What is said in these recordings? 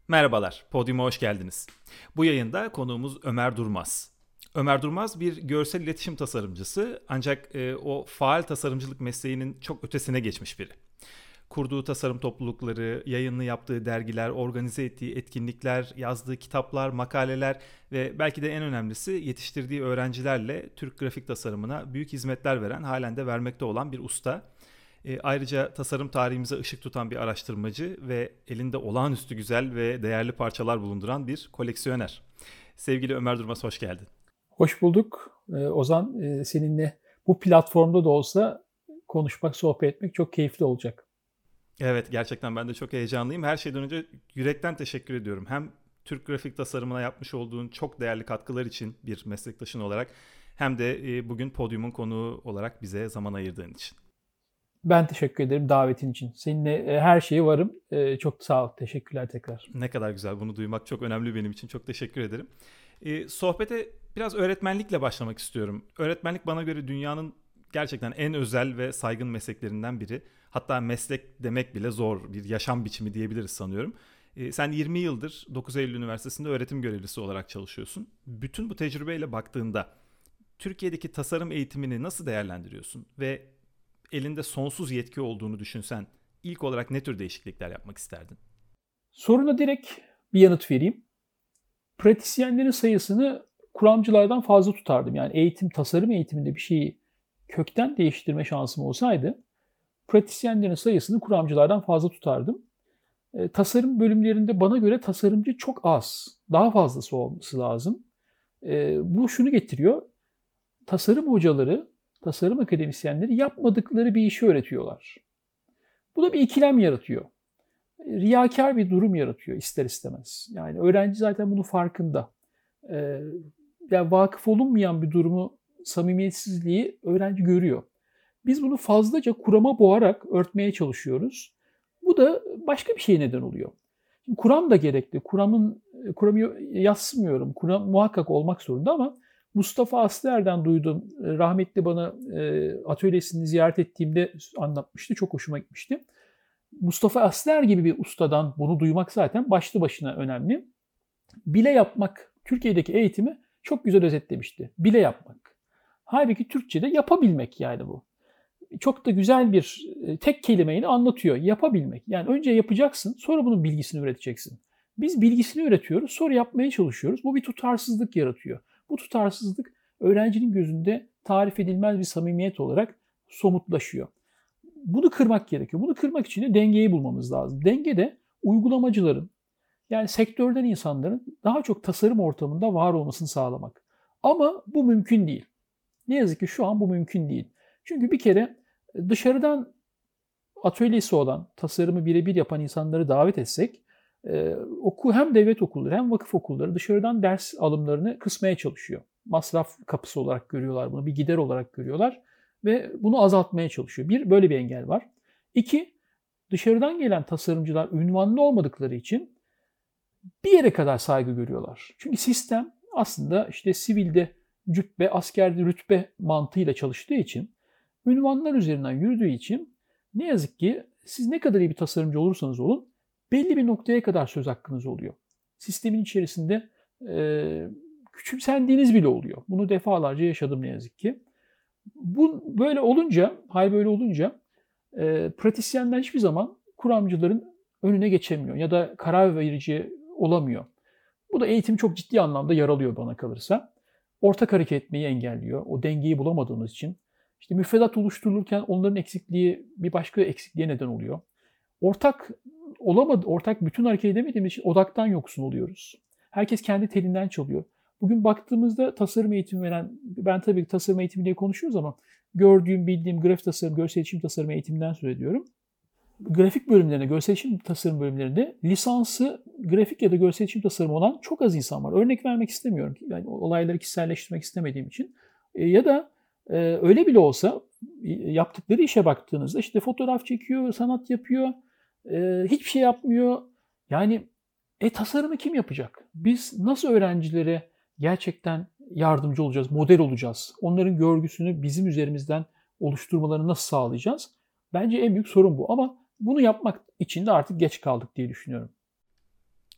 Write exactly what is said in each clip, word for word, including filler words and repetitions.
Merhabalar, podyuma hoş geldiniz. Bu yayında konuğumuz Ömer Durmaz. Ömer Durmaz bir görsel iletişim tasarımcısı ancak e, o faal tasarımcılık mesleğinin çok ötesine geçmiş biri. Kurduğu tasarım toplulukları, yayınını yaptığı dergiler, organize ettiği etkinlikler, yazdığı kitaplar, makaleler ve belki de en önemlisi yetiştirdiği öğrencilerle Türk grafik tasarımına büyük hizmetler veren, halen de vermekte olan bir usta. E, ayrıca tasarım tarihimize ışık tutan bir araştırmacı ve elinde olağanüstü güzel ve değerli parçalar bulunduran bir koleksiyoner. Sevgili Ömer Durmaz, hoş geldin. Hoş bulduk. Ee, Ozan, e, seninle bu platformda da olsa konuşmak, sohbet etmek çok keyifli olacak. Evet, gerçekten ben de çok heyecanlıyım. Her şeyden önce yürekten teşekkür ediyorum. Hem Türk grafik tasarımına yapmış olduğun çok değerli katkılar için bir meslektaşın olarak hem de e, bugün podyumun konuğu olarak bize zaman ayırdığın için. Ben teşekkür ederim davetin için. Seninle e, her şeye varım. E, Çok sağ ol. Teşekkürler tekrar. Ne kadar güzel, bunu duymak çok önemli benim için. Çok teşekkür ederim. E, sohbete biraz öğretmenlikle başlamak istiyorum. Öğretmenlik bana göre dünyanın gerçekten en özel ve saygın mesleklerinden biri. Hatta meslek demek bile zor, bir yaşam biçimi diyebiliriz sanıyorum. E, sen yirmi yıldır dokuz Eylül Üniversitesi'nde öğretim görevlisi olarak çalışıyorsun. Bütün bu tecrübeyle baktığında Türkiye'deki tasarım eğitimini nasıl değerlendiriyorsun? Ve elinde sonsuz yetki olduğunu düşünsen ilk olarak ne tür değişiklikler yapmak isterdin? Soruna direkt bir yanıt vereyim. Pratisyenlerin sayısını kuramcılardan fazla tutardım. Yani eğitim, tasarım eğitiminde bir şeyi kökten değiştirme şansım olsaydı, pratisyenlerin sayısını kuramcılardan fazla tutardım. E, tasarım bölümlerinde bana göre tasarımcı çok az. Daha fazlası olması lazım. E, bu şunu getiriyor. Tasarım hocaları, tasarım akademisyenleri yapmadıkları bir işi öğretiyorlar. Bu da bir ikilem yaratıyor. Riyakar bir durum yaratıyor ister istemez. Yani öğrenci zaten bunun farkında. E, yani vakıf olunmayan bir durumu, samimiyetsizliği öğrenci görüyor. Biz bunu fazlaca kurama boğarak örtmeye çalışıyoruz. Bu da başka bir şeye neden oluyor. Şimdi kuram da gerekli. Kuramın kuramı yadsımıyorum. Kuram muhakkak olmak zorunda ama Mustafa Aslıer'den duydum. Rahmetli bana e, atölyesini ziyaret ettiğimde anlatmıştı. Çok hoşuma gitmişti. Mustafa Aslıer gibi bir ustadan bunu duymak zaten başlı başına önemli. Bile yapmak Türkiye'deki eğitimi çok güzel özetlemişti. Bile yapmak. Halbuki Türkçe'de yapabilmek yani bu. Çok da güzel bir tek kelimeyle anlatıyor. Yapabilmek. Yani önce yapacaksın, sonra bunun bilgisini üreteceksin. Biz bilgisini üretiyoruz, sonra yapmaya çalışıyoruz. Bu bir tutarsızlık yaratıyor. Bu tutarsızlık öğrencinin gözünde tarif edilmez bir samimiyet olarak somutlaşıyor. Bunu kırmak gerekiyor. Bunu kırmak için de dengeyi bulmamız lazım. Denge de uygulamacıların, yani sektörden insanların daha çok tasarım ortamında var olmasını sağlamak. Ama bu mümkün değil. Ne yazık ki şu an bu mümkün değil. Çünkü bir kere dışarıdan atölyesi olan, tasarımı birebir yapan insanları davet etsek, e, oku hem devlet okulları hem vakıf okulları dışarıdan ders alımlarını kısmaya çalışıyor. Masraf kapısı olarak görüyorlar bunu, bir gider olarak görüyorlar ve bunu azaltmaya çalışıyor. Bir, böyle bir engel var. İki, dışarıdan gelen tasarımcılar ünvanlı olmadıkları için bir yere kadar saygı görüyorlar. Çünkü sistem aslında işte sivilde cübbe, askerde rütbe mantığıyla çalıştığı için, ünvanlar üzerinden yürüdüğü için ne yazık ki siz ne kadar iyi bir tasarımcı olursanız olun belli bir noktaya kadar söz hakkınız oluyor. Sistemin içerisinde e, küçümsendiğiniz bile oluyor. Bunu defalarca yaşadım ne yazık ki. Bu böyle olunca, hal böyle olunca e, pratisyenler hiçbir zaman kuramcıların önüne geçemiyor ya da karar verici olamıyor. Bu da eğitimi çok ciddi anlamda yaralıyor bana kalırsa. Ortak hareket etmeyi engelliyor. O dengeyi bulamadığımız için. İşte müfredat oluşturulurken onların eksikliği bir başka eksikliğe neden oluyor. Ortak olamadı, ortak bütün hareket edemediğimiz için odaktan yoksun oluyoruz. Herkes kendi telinden çalıyor. Bugün baktığımızda tasarım eğitimi veren, ben tabii tasarım eğitimi diye konuşuyoruz ama gördüğüm, bildiğim grafik tasarım, görsel iletişim tasarım eğitiminden söz ediyorum. Grafik bölümlerine, görsel iletişim tasarım bölümlerinde lisansı grafik ya da görsel iletişim tasarımı olan çok az insan var. Örnek vermek istemiyorum. Yani olayları kişiselleştirmek istemediğim için. E, ya da e, öyle bile olsa yaptıkları işe baktığınızda işte fotoğraf çekiyor, sanat yapıyor, e, hiçbir şey yapmıyor. Yani e, tasarımı kim yapacak? Biz nasıl öğrencilere gerçekten yardımcı olacağız, model olacağız? Onların görgüsünü bizim üzerimizden oluşturmalarını nasıl sağlayacağız? Bence en büyük sorun bu ama bunu yapmak için de artık geç kaldık diye düşünüyorum.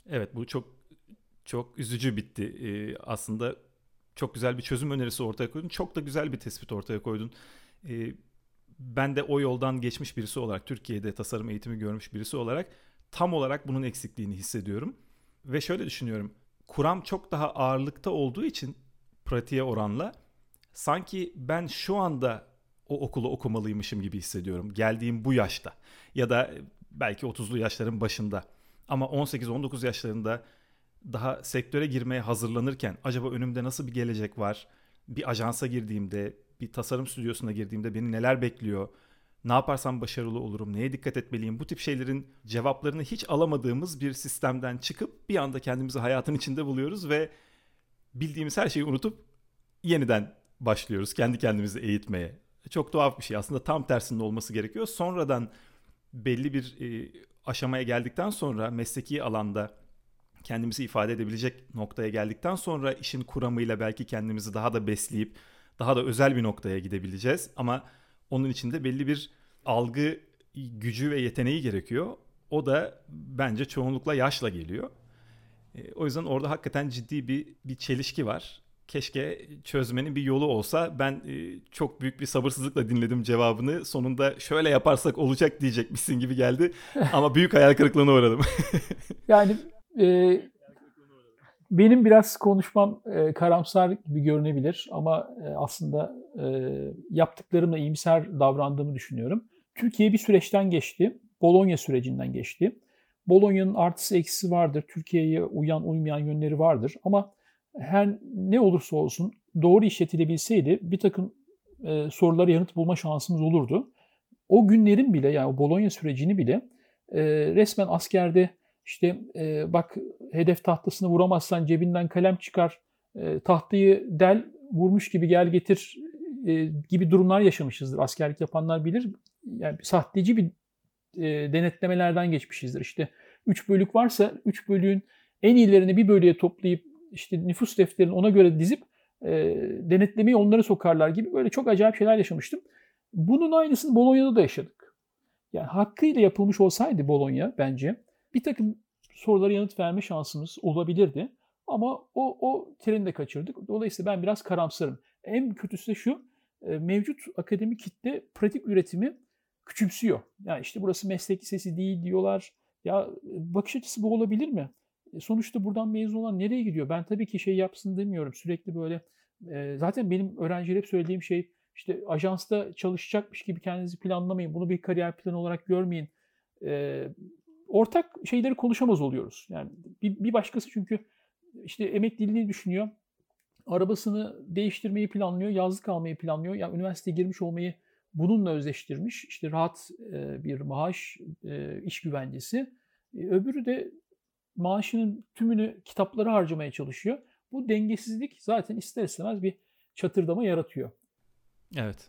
Evet, bu çok çok üzücü bitti. Ee, aslında çok güzel bir çözüm önerisi ortaya koydun. Çok da güzel bir tespit ortaya koydun. Ee, ben de o yoldan geçmiş birisi olarak, Türkiye'de tasarım eğitimi görmüş birisi olarak tam olarak bunun eksikliğini hissediyorum. Ve şöyle düşünüyorum. Kuram çok daha ağırlıkta olduğu için pratiğe oranla sanki ben şu anda o okulu okumalıymışım gibi hissediyorum. Geldiğim bu yaşta ya da belki otuzlu yaşların başında. Ama on sekiz on dokuz yaşlarında daha sektöre girmeye hazırlanırken acaba önümde nasıl bir gelecek var? Bir ajansa girdiğimde, bir tasarım stüdyosuna girdiğimde beni neler bekliyor? Ne yaparsam başarılı olurum? Neye dikkat etmeliyim? Bu tip şeylerin cevaplarını hiç alamadığımız bir sistemden çıkıp bir anda kendimizi hayatın içinde buluyoruz ve bildiğimiz her şeyi unutup yeniden başlıyoruz kendi kendimizi eğitmeye. Çok tuhaf bir şey. Aslında tam tersinde olması gerekiyor. Sonradan belli bir e, aşamaya geldikten sonra mesleki alanda kendimizi ifade edebilecek noktaya geldikten sonra işin kuramıyla belki kendimizi daha da besleyip daha da özel bir noktaya gidebileceğiz. Ama onun için de belli bir algı gücü ve yeteneği gerekiyor. O da bence çoğunlukla yaşla geliyor. E, o yüzden orada hakikaten ciddi bir bir çelişki var. Keşke çözmenin bir yolu olsa. Ben e, çok büyük bir sabırsızlıkla dinledim cevabını. Sonunda şöyle yaparsak olacak diyecekmişsin gibi geldi. Ama büyük hayal kırıklığına uğradım. Yani e, benim biraz konuşmam e, karamsar gibi görünebilir ama e, aslında e, yaptıklarımla iyimser davrandığımı düşünüyorum. Türkiye bir süreçten geçti. Bologna sürecinden geçti. Bologna'nın artısı eksisi vardır. Türkiye'ye uyan uymayan yönleri vardır. Ama her ne olursa olsun doğru işletilebilseydi bir takım e, sorulara yanıt bulma şansımız olurdu. O günlerin bile, yani o Bologna sürecini bile e, resmen askerde işte e, bak hedef tahtasını vuramazsan cebinden kalem çıkar, e, tahtayı del vurmuş gibi gel getir e, gibi durumlar yaşamışızdır. Askerlik yapanlar bilir. Yani sahteci bir e, denetlemelerden geçmişizdir. İşte üç bölük varsa üç bölüğün en iyilerini bir bölüye toplayıp işte nüfus defterini ona göre dizip e, denetlemeyi onlara sokarlar gibi böyle çok acayip şeyler yaşamıştım. Bunun aynısını Bologna'da da yaşadık. Yani hakkıyla yapılmış olsaydı Bologna bence bir takım sorulara yanıt verme şansımız olabilirdi. Ama o, o treni de kaçırdık. Dolayısıyla ben biraz karamsarım. En kötüsü de şu, mevcut akademik kitle pratik üretimi küçümsüyor. Yani işte burası meslek lisesi değil diyorlar. Ya bakış açısı bu olabilir mi? Sonuçta buradan mezun olan nereye gidiyor? Ben tabii ki şey yapsın demiyorum. Sürekli böyle, zaten benim öğrencilere hep söylediğim şey, İşte ajansta çalışacakmış gibi kendinizi planlamayın. Bunu bir kariyer planı olarak görmeyin. Ee, ortak şeyleri konuşamaz oluyoruz. Yani bir, bir başkası çünkü işte emekliliğini düşünüyor. Arabasını değiştirmeyi planlıyor. Yazlık almayı planlıyor. Yani üniversiteye girmiş olmayı bununla özleştirmiş. İşte rahat e, bir maaş, e, iş güvencesi. E, öbürü de maaşının tümünü kitaplara harcamaya çalışıyor. Bu dengesizlik zaten ister istemez bir çatırdama yaratıyor. Evet.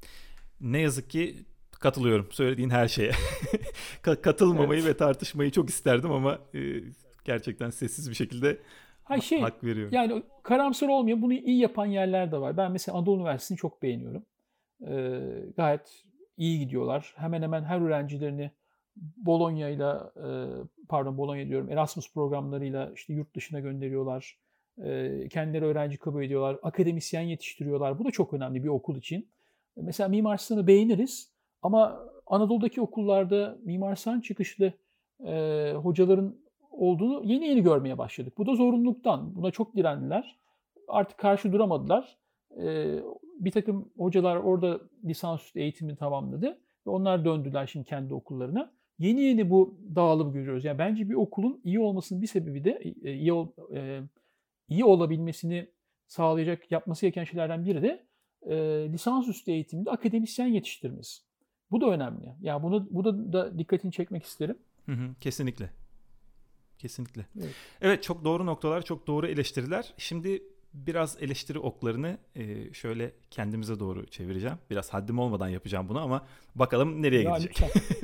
Ne yazık ki katılıyorum söylediğin her şeye. Katılmamayı evet. ve tartışmayı çok isterdim ama e, gerçekten sessiz bir şekilde ha, şey, hak veriyorum. Yani karamsar olmuyor. Bunu iyi yapan yerler de var. Ben mesela Anadolu Üniversitesi'ni çok beğeniyorum. Ee, gayet iyi gidiyorlar. Hemen hemen her öğrencilerini Bologna'yla, e, pardon Bologna diyorum, Erasmus programlarıyla işte yurt dışına gönderiyorlar. E, kendileri öğrenci kabul ediyorlar. Akademisyen yetiştiriyorlar. Bu da çok önemli bir okul için. Mesela Mimar Sinan'ı beğeniriz ama Anadolu'daki okullarda Mimar Sinan çıkışlı e, hocaların olduğunu yeni yeni görmeye başladık. Bu da zorunluluktan. Buna çok direndiler. Artık karşı duramadılar. E, bir takım hocalar orada lisansüstü eğitimini tamamladı ve onlar döndüler şimdi kendi okullarına. Yeni yeni bu dağılımı görüyoruz. Yani bence bir okulun iyi olmasının bir sebebi de e, iyi ol, e, iyi olabilmesini sağlayacak, yapması gereken şeylerden biri de e, lisansüstü eğitimde akademisyen yetiştirmesi. Bu da önemli. Yani bunu bu da, da dikkatini çekmek isterim. Hı hı, kesinlikle. Kesinlikle. Evet. Evet, çok doğru noktalar, çok doğru eleştiriler. Şimdi biraz eleştiri oklarını e, şöyle kendimize doğru çevireceğim. Biraz haddim olmadan yapacağım bunu ama bakalım nereye ya gidecek.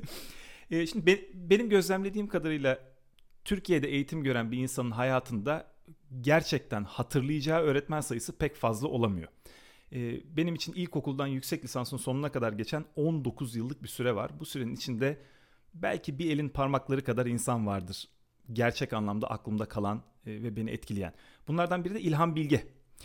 e, şimdi be, benim gözlemlediğim kadarıyla Türkiye'de eğitim gören bir insanın hayatında gerçekten hatırlayacağı öğretmen sayısı pek fazla olamıyor. E, benim için ilkokuldan yüksek lisansın sonuna kadar geçen on dokuz yıllık bir süre var. Bu sürenin içinde belki bir elin parmakları kadar insan vardır. gerçek anlamda aklımda kalan e, ve beni etkileyen. Bunlardan biri de İlhan Bilge.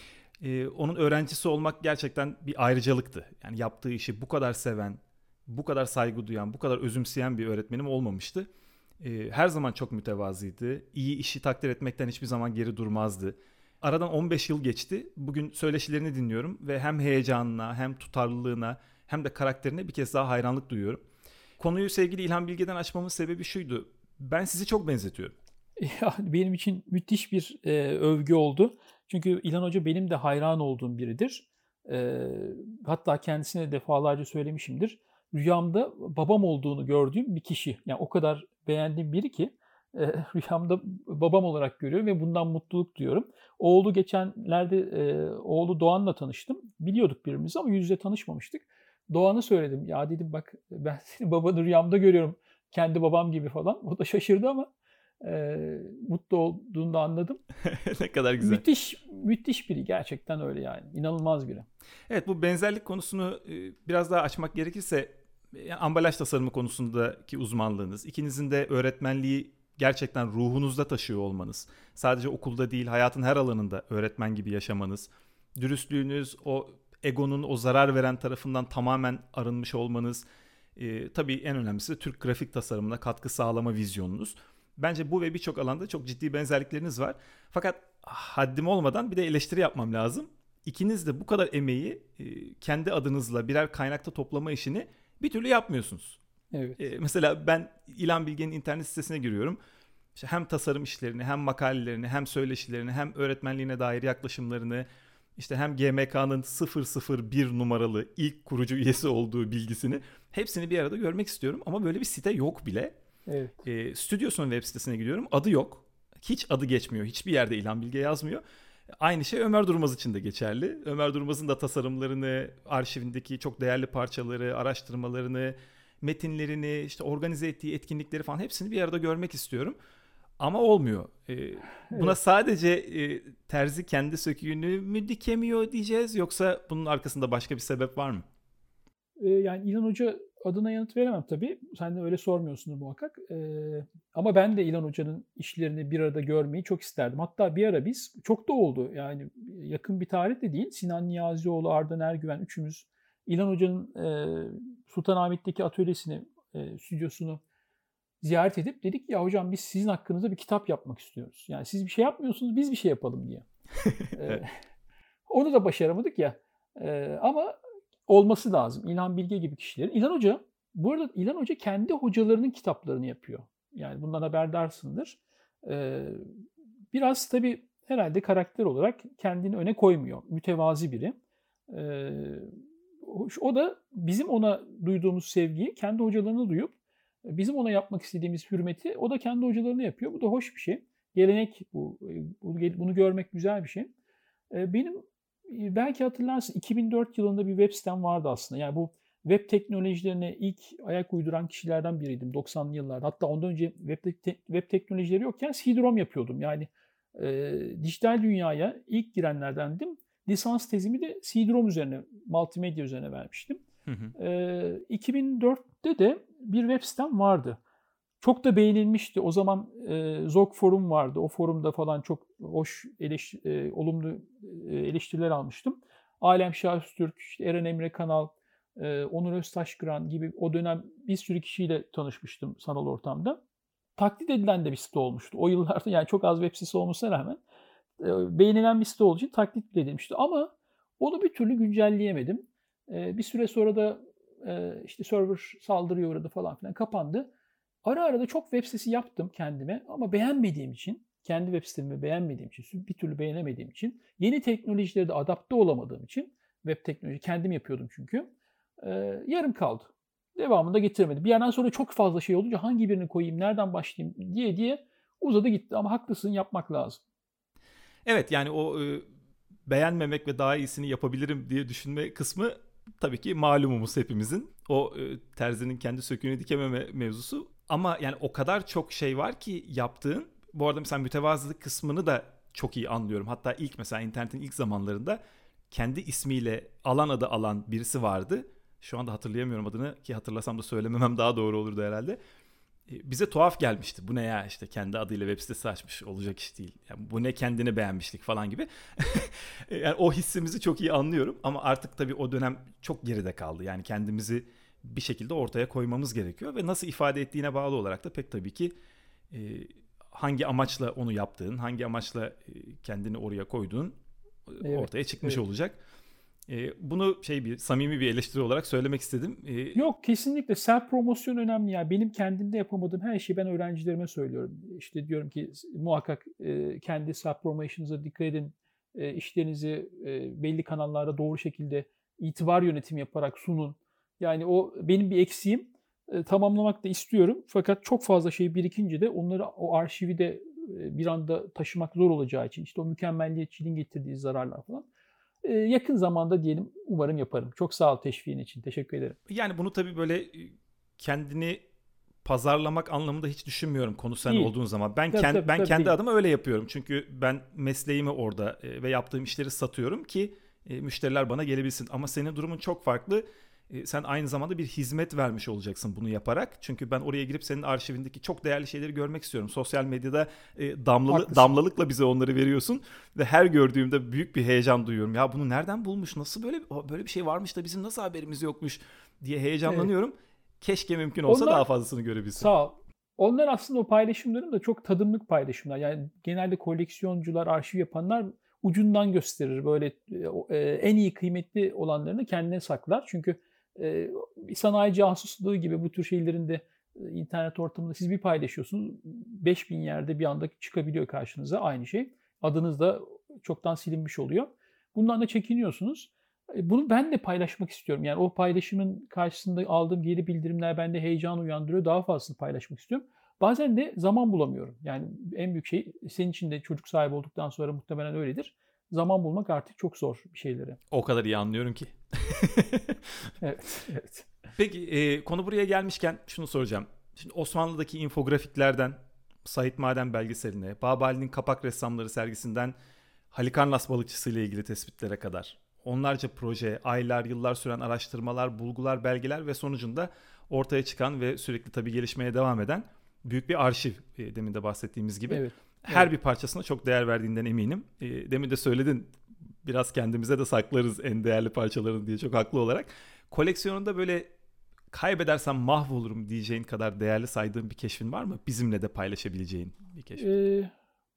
E, onun öğrencisi olmak gerçekten bir ayrıcalıktı. Yani yaptığı işi bu kadar seven, bu kadar saygı duyan, bu kadar özümseyen bir öğretmenim olmamıştı. E, her zaman çok mütevazıydı. İyi işi takdir etmekten hiçbir zaman geri durmazdı. Aradan on beş yıl geçti. Bugün söyleşilerini dinliyorum ve hem heyecanına, hem tutarlılığına, hem de karakterine bir kez daha hayranlık duyuyorum. Konuyu sevgili İlhan Bilge'den açmamın sebebi şuydu. Ben sizi çok benzetiyorum. Ya, benim için müthiş bir e, övgü oldu. Çünkü İlhan Hoca benim de hayran olduğum biridir. E, hatta kendisine defalarca söylemişimdir. Rüyamda babam olduğunu gördüğüm bir kişi. Yani o kadar beğendiğim biri ki e, rüyamda babam olarak görüyorum ve bundan mutluluk duyuyorum. Oğlu geçenlerde e, oğlu Doğan'la tanıştım. Biliyorduk birbirimizi ama yüz yüze tanışmamıştık. Doğan'a söyledim. Ya dedim bak ben seni babanı rüyamda görüyorum. Kendi babam gibi falan. O da şaşırdı ama e, mutlu olduğunu da anladım. Ne kadar güzel. Müthiş, müthiş biri. Gerçekten öyle yani. İnanılmaz biri. Evet, bu benzerlik konusunu biraz daha açmak gerekirse ambalaj tasarımı konusundaki uzmanlığınız, ikinizin de öğretmenliği gerçekten ruhunuzda taşıyor olmanız, sadece okulda değil hayatın her alanında öğretmen gibi yaşamanız, dürüstlüğünüz, o egonun o zarar veren tarafından tamamen arınmış olmanız, e, tabii en önemlisi de Türk grafik tasarımına katkı sağlama vizyonunuz. Bence bu ve birçok alanda çok ciddi benzerlikleriniz var. Fakat haddim olmadan bir de eleştiri yapmam lazım. İkiniz de bu kadar emeği e, kendi adınızla birer kaynakta toplama işini bir türlü yapmıyorsunuz. Evet. E, mesela ben İlhan Bilge'nin internet sitesine giriyorum. İşte hem tasarım işlerini, hem makalelerini, hem söyleşilerini, hem öğretmenliğine dair yaklaşımlarını, işte hem G M K'nın sıfır sıfır bir numaralı ilk kurucu üyesi olduğu bilgisini hepsini bir arada görmek istiyorum. Ama böyle bir site yok bile. Evet. E, Stüdyosu'nun web sitesine gidiyorum. Adı yok. Hiç adı geçmiyor. Hiçbir yerde İlhan Bilge yazmıyor. Aynı şey Ömer Durmaz için de geçerli. Ömer Durmaz'ın da tasarımlarını, arşivindeki çok değerli parçaları, araştırmalarını, metinlerini, işte organize ettiği etkinlikleri falan hepsini bir arada görmek istiyorum. Ama olmuyor. Ee, buna evet. sadece e, terzi kendi söküğünü mü dikemiyor diyeceğiz, yoksa bunun arkasında başka bir sebep var mı? Ee, yani İlhan Hoca adına yanıt veremem tabii. Sen de öyle sormuyorsundur muhakkak. Ee, ama ben de İlhan Hoca'nın işlerini bir arada görmeyi çok isterdim. Hatta bir ara biz, çok da oldu yani yakın bir tarih de değil, Sinan Niyazioğlu, Ardan Ergüven üçümüz İlhan Hoca'nın e, Sultanahmet'teki atölyesini, e, stüdyosunu ziyaret edip dedik ya hocam biz sizin hakkınızda bir kitap yapmak istiyoruz. Yani siz bir şey yapmıyorsunuz, biz bir şey yapalım diye. ee, onu da başaramadık ya. Ee, ama olması lazım. İlhan Bilge gibi kişilerin. İlhan Hoca, bu arada İlhan Hoca kendi hocalarının kitaplarını yapıyor. Yani bundan haberdarsındır. Ee, biraz tabii herhalde karakter olarak kendini öne koymuyor. Mütevazi biri. Ee, o da bizim ona duyduğumuz sevgiyi kendi hocalarına duyup bizim ona yapmak istediğimiz hürmeti o da kendi hocalarına yapıyor. Bu da hoş bir şey. Gelenek bu. Bunu görmek güzel bir şey. Benim belki hatırlarsın iki bin dört yılında bir web sitem vardı aslında. Yani bu web teknolojilerine ilk ayak uyduran kişilerden biriydim doksanlı yıllarda. Hatta ondan önce web, te- web teknolojileri yokken C D-ROM yapıyordum. Yani e, dijital dünyaya ilk girenlerdendim. Lisans tezimi de C D-ROM üzerine, multimedya üzerine vermiştim. Hı hı. E, iki bin dörtte de bir web sitem vardı. Çok da beğenilmişti. O zaman e, Zog Forum vardı. O forumda falan çok hoş, eleş, e, olumlu e, eleştiriler almıştım. Alem Şahüstürk, işte Eren Emre Kanal, e, Onur Öztaşkıran gibi o dönem bir sürü kişiyle tanışmıştım sanal ortamda. Taklit edilen de bir site olmuştu. O yıllarda yani çok az web sitesi olmasına rağmen e, beğenilen bir site olduğu için taklit edilmişti. Ama onu bir türlü güncelleyemedim. E, bir süre sonra da e, işte server saldırıya uğradı falan filan, kapandı. Ara ara da çok web sitesi yaptım kendime ama beğenmediğim için, kendi web sitemi beğenmediğim için, bir türlü beğenemediğim için, yeni teknolojilere de adapte olamadığım için, web teknoloji kendim yapıyordum çünkü, e, yarım kaldı. Devamını da getirmedim. Bir yerden sonra çok fazla şey olunca hangi birini koyayım, nereden başlayayım diye diye uzadı gitti. Ama haklısın, yapmak lazım. Evet, yani o e, beğenmemek ve daha iyisini yapabilirim diye düşünme kısmı tabii ki malumumuz hepimizin. O e, terzinin kendi söküğünü dikememe mevzusu. Ama yani o kadar çok şey var ki yaptığın. Bu arada mesela mütevazılık kısmını da çok iyi anlıyorum. Hatta ilk mesela internetin ilk zamanlarında kendi ismiyle alan adı alan birisi vardı. Şu anda hatırlayamıyorum adını, ki hatırlasam da söylememem daha doğru olurdu herhalde. bize tuhaf gelmişti. Bu ne ya, işte kendi adıyla web sitesi açmış, olacak iş değil. Yani bu ne kendini beğenmişlik falan gibi. Yani o hissimizi çok iyi anlıyorum ama artık tabii o dönem çok geride kaldı. Yani kendimizi bir şekilde ortaya koymamız gerekiyor ve nasıl ifade ettiğine bağlı olarak da pek tabii ki e, hangi amaçla onu yaptığın, hangi amaçla e, kendini oraya koyduğun evet, ortaya çıkmış evet. olacak. E, bunu şey bir samimi bir eleştiri olarak söylemek istedim. E, Yok, kesinlikle self promosyon önemli ya. Benim kendimde yapamadığım her şeyi ben öğrencilerime söylüyorum. İşte diyorum ki muhakkak e, kendi self promotion'unuza dikkat edin. E, işlerinizi e, belli kanallarda doğru şekilde itibar yönetimi yaparak sunun. Yani o benim bir eksiğim. E, tamamlamak da istiyorum. Fakat çok fazla şey birikince de onları o arşivi de e, bir anda taşımak zor olacağı için işte o mükemmelliyetçiliğin getirdiği zararlar falan. Ee, yakın zamanda diyelim umarım yaparım. Çok sağ ol teşviğin için. Teşekkür ederim. Yani bunu tabii böyle kendini pazarlamak anlamında hiç düşünmüyorum konu sen değil. Olduğun zaman. Ben tabii, kend, tabii, ben tabii kendi değil. adıma öyle yapıyorum. Çünkü ben mesleğimi orada ve yaptığım işleri satıyorum ki müşteriler bana gelebilsin. Ama senin durumun çok farklı. Sen aynı zamanda bir hizmet vermiş olacaksın bunu yaparak. Çünkü ben oraya girip senin arşivindeki çok değerli şeyleri görmek istiyorum. Sosyal medyada damlalı, damlalıkla bize onları veriyorsun ve her gördüğümde büyük bir heyecan duyuyorum. Ya bunu nereden bulmuş? Nasıl böyle böyle bir şey varmış da bizim nasıl haberimiz yokmuş diye heyecanlanıyorum. Evet. Keşke mümkün olsa Onlar, daha fazlasını görebilsin. Sağ ol. Onlar aslında o paylaşımların da çok tadımlık paylaşımlar. Yani genelde koleksiyoncular, arşiv yapanlar ucundan gösterir. Böyle en iyi kıymetli olanlarını kendine saklar. Çünkü bir sanayi casusluğu gibi bu tür şeylerin de internet ortamında siz bir paylaşıyorsunuz. beş bin yerde bir anda çıkabiliyor karşınıza aynı şey. Adınız da çoktan silinmiş oluyor. Bundan da çekiniyorsunuz. Bunu ben de paylaşmak istiyorum. Yani o paylaşımın karşısında aldığım geri bildirimler bende heyecan uyandırıyor. Daha fazlasını paylaşmak istiyorum. Bazen de zaman bulamıyorum. Yani en büyük şey senin için de çocuk sahibi olduktan sonra muhtemelen öyledir. Zaman bulmak artık çok zor bir şeyleri. O kadar iyi anlıyorum ki. Evet, evet. Peki e, konu buraya gelmişken şunu soracağım. Şimdi Osmanlı'daki infografiklerden Sait Maden belgeseline, Babali'nin kapak ressamları sergisinden Halikarnas balıkçısı ile ilgili tespitlere kadar onlarca proje, aylar, yıllar süren araştırmalar, bulgular, belgeler ve sonucunda ortaya çıkan ve sürekli tabii gelişmeye devam eden büyük bir arşiv, e, demin de bahsettiğimiz gibi. Evet. Her evet. bir parçasına çok değer verdiğinden eminim. E, demin de söyledin, biraz kendimize de saklarız en değerli parçalarını diye, çok haklı olarak. Koleksiyonunda böyle kaybedersem mahvolurum diyeceğin kadar değerli saydığın bir keşfin var mı? Bizimle de paylaşabileceğin bir keşfin. Ee,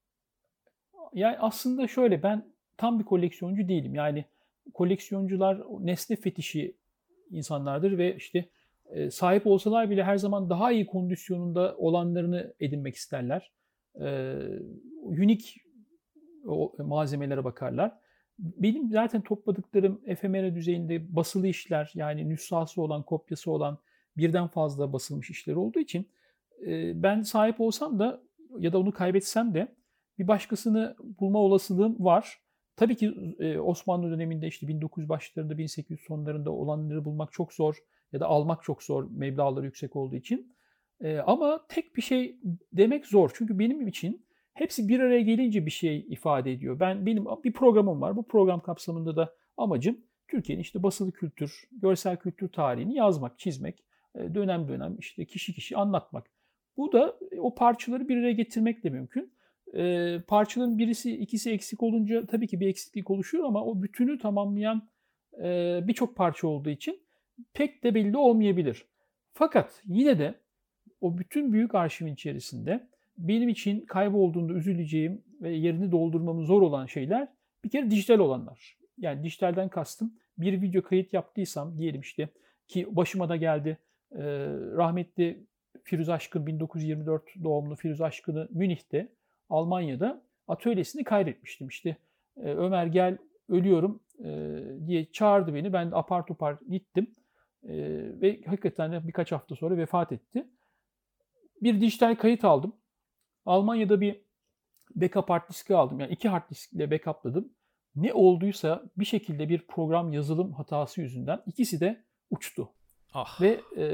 yani aslında şöyle, ben tam bir koleksiyoncu değilim. Yani koleksiyoncular nesne fetişi insanlardır ve işte e, sahip olsalar bile her zaman daha iyi kondisyonunda olanlarını edinmek isterler. E, unik o malzemelere bakarlar. Benim zaten topladıklarım efemera düzeyinde basılı işler, yani nüshası olan, kopyası olan birden fazla basılmış işler olduğu için e, ben sahip olsam da ya da onu kaybetsem de bir başkasını bulma olasılığım var. Tabii ki e, Osmanlı döneminde işte bin dokuz yüz başlarında, bin sekiz yüz sonlarında olanları bulmak çok zor ya da almak çok zor, meblağları yüksek olduğu için. E, ama tek bir şey demek zor. Çünkü benim için hepsi bir araya gelince bir şey ifade ediyor. Ben benim bir programım var. Bu program kapsamında da amacım Türkiye'nin işte basılı kültür, görsel kültür tarihini yazmak, çizmek, dönem dönem işte kişi kişi anlatmak. Bu da o parçaları bir araya getirmek de mümkün. E, parçaların birisi, ikisi eksik olunca tabii ki bir eksiklik oluşuyor ama o bütünü tamamlayan e, birçok parça olduğu için pek de belli olmayabilir. Fakat yine de o bütün büyük arşivin içerisinde benim için kaybolduğunda üzüleceğim ve yerini doldurmamı zor olan şeyler bir kere dijital olanlar. Yani dijitalden kastım, bir video kayıt yaptıysam diyelim işte, ki başıma da geldi, e, rahmetli Firuz Aşkın, bin dokuz yüz yirmi dört doğumlu Firuz Aşkın'ı Münih'te, Almanya'da atölyesini kaydetmiştim. İşte e, Ömer gel ölüyorum e, diye çağırdı beni. Ben de apar topar gittim e, ve hakikaten de birkaç hafta sonra vefat etti. Bir dijital kayıt aldım. Almanya'da bir backup hard diski aldım. Yani iki hard diskle backupladım. Ne olduysa bir şekilde bir program yazılım hatası yüzünden ikisi de uçtu. Ah. Ve e,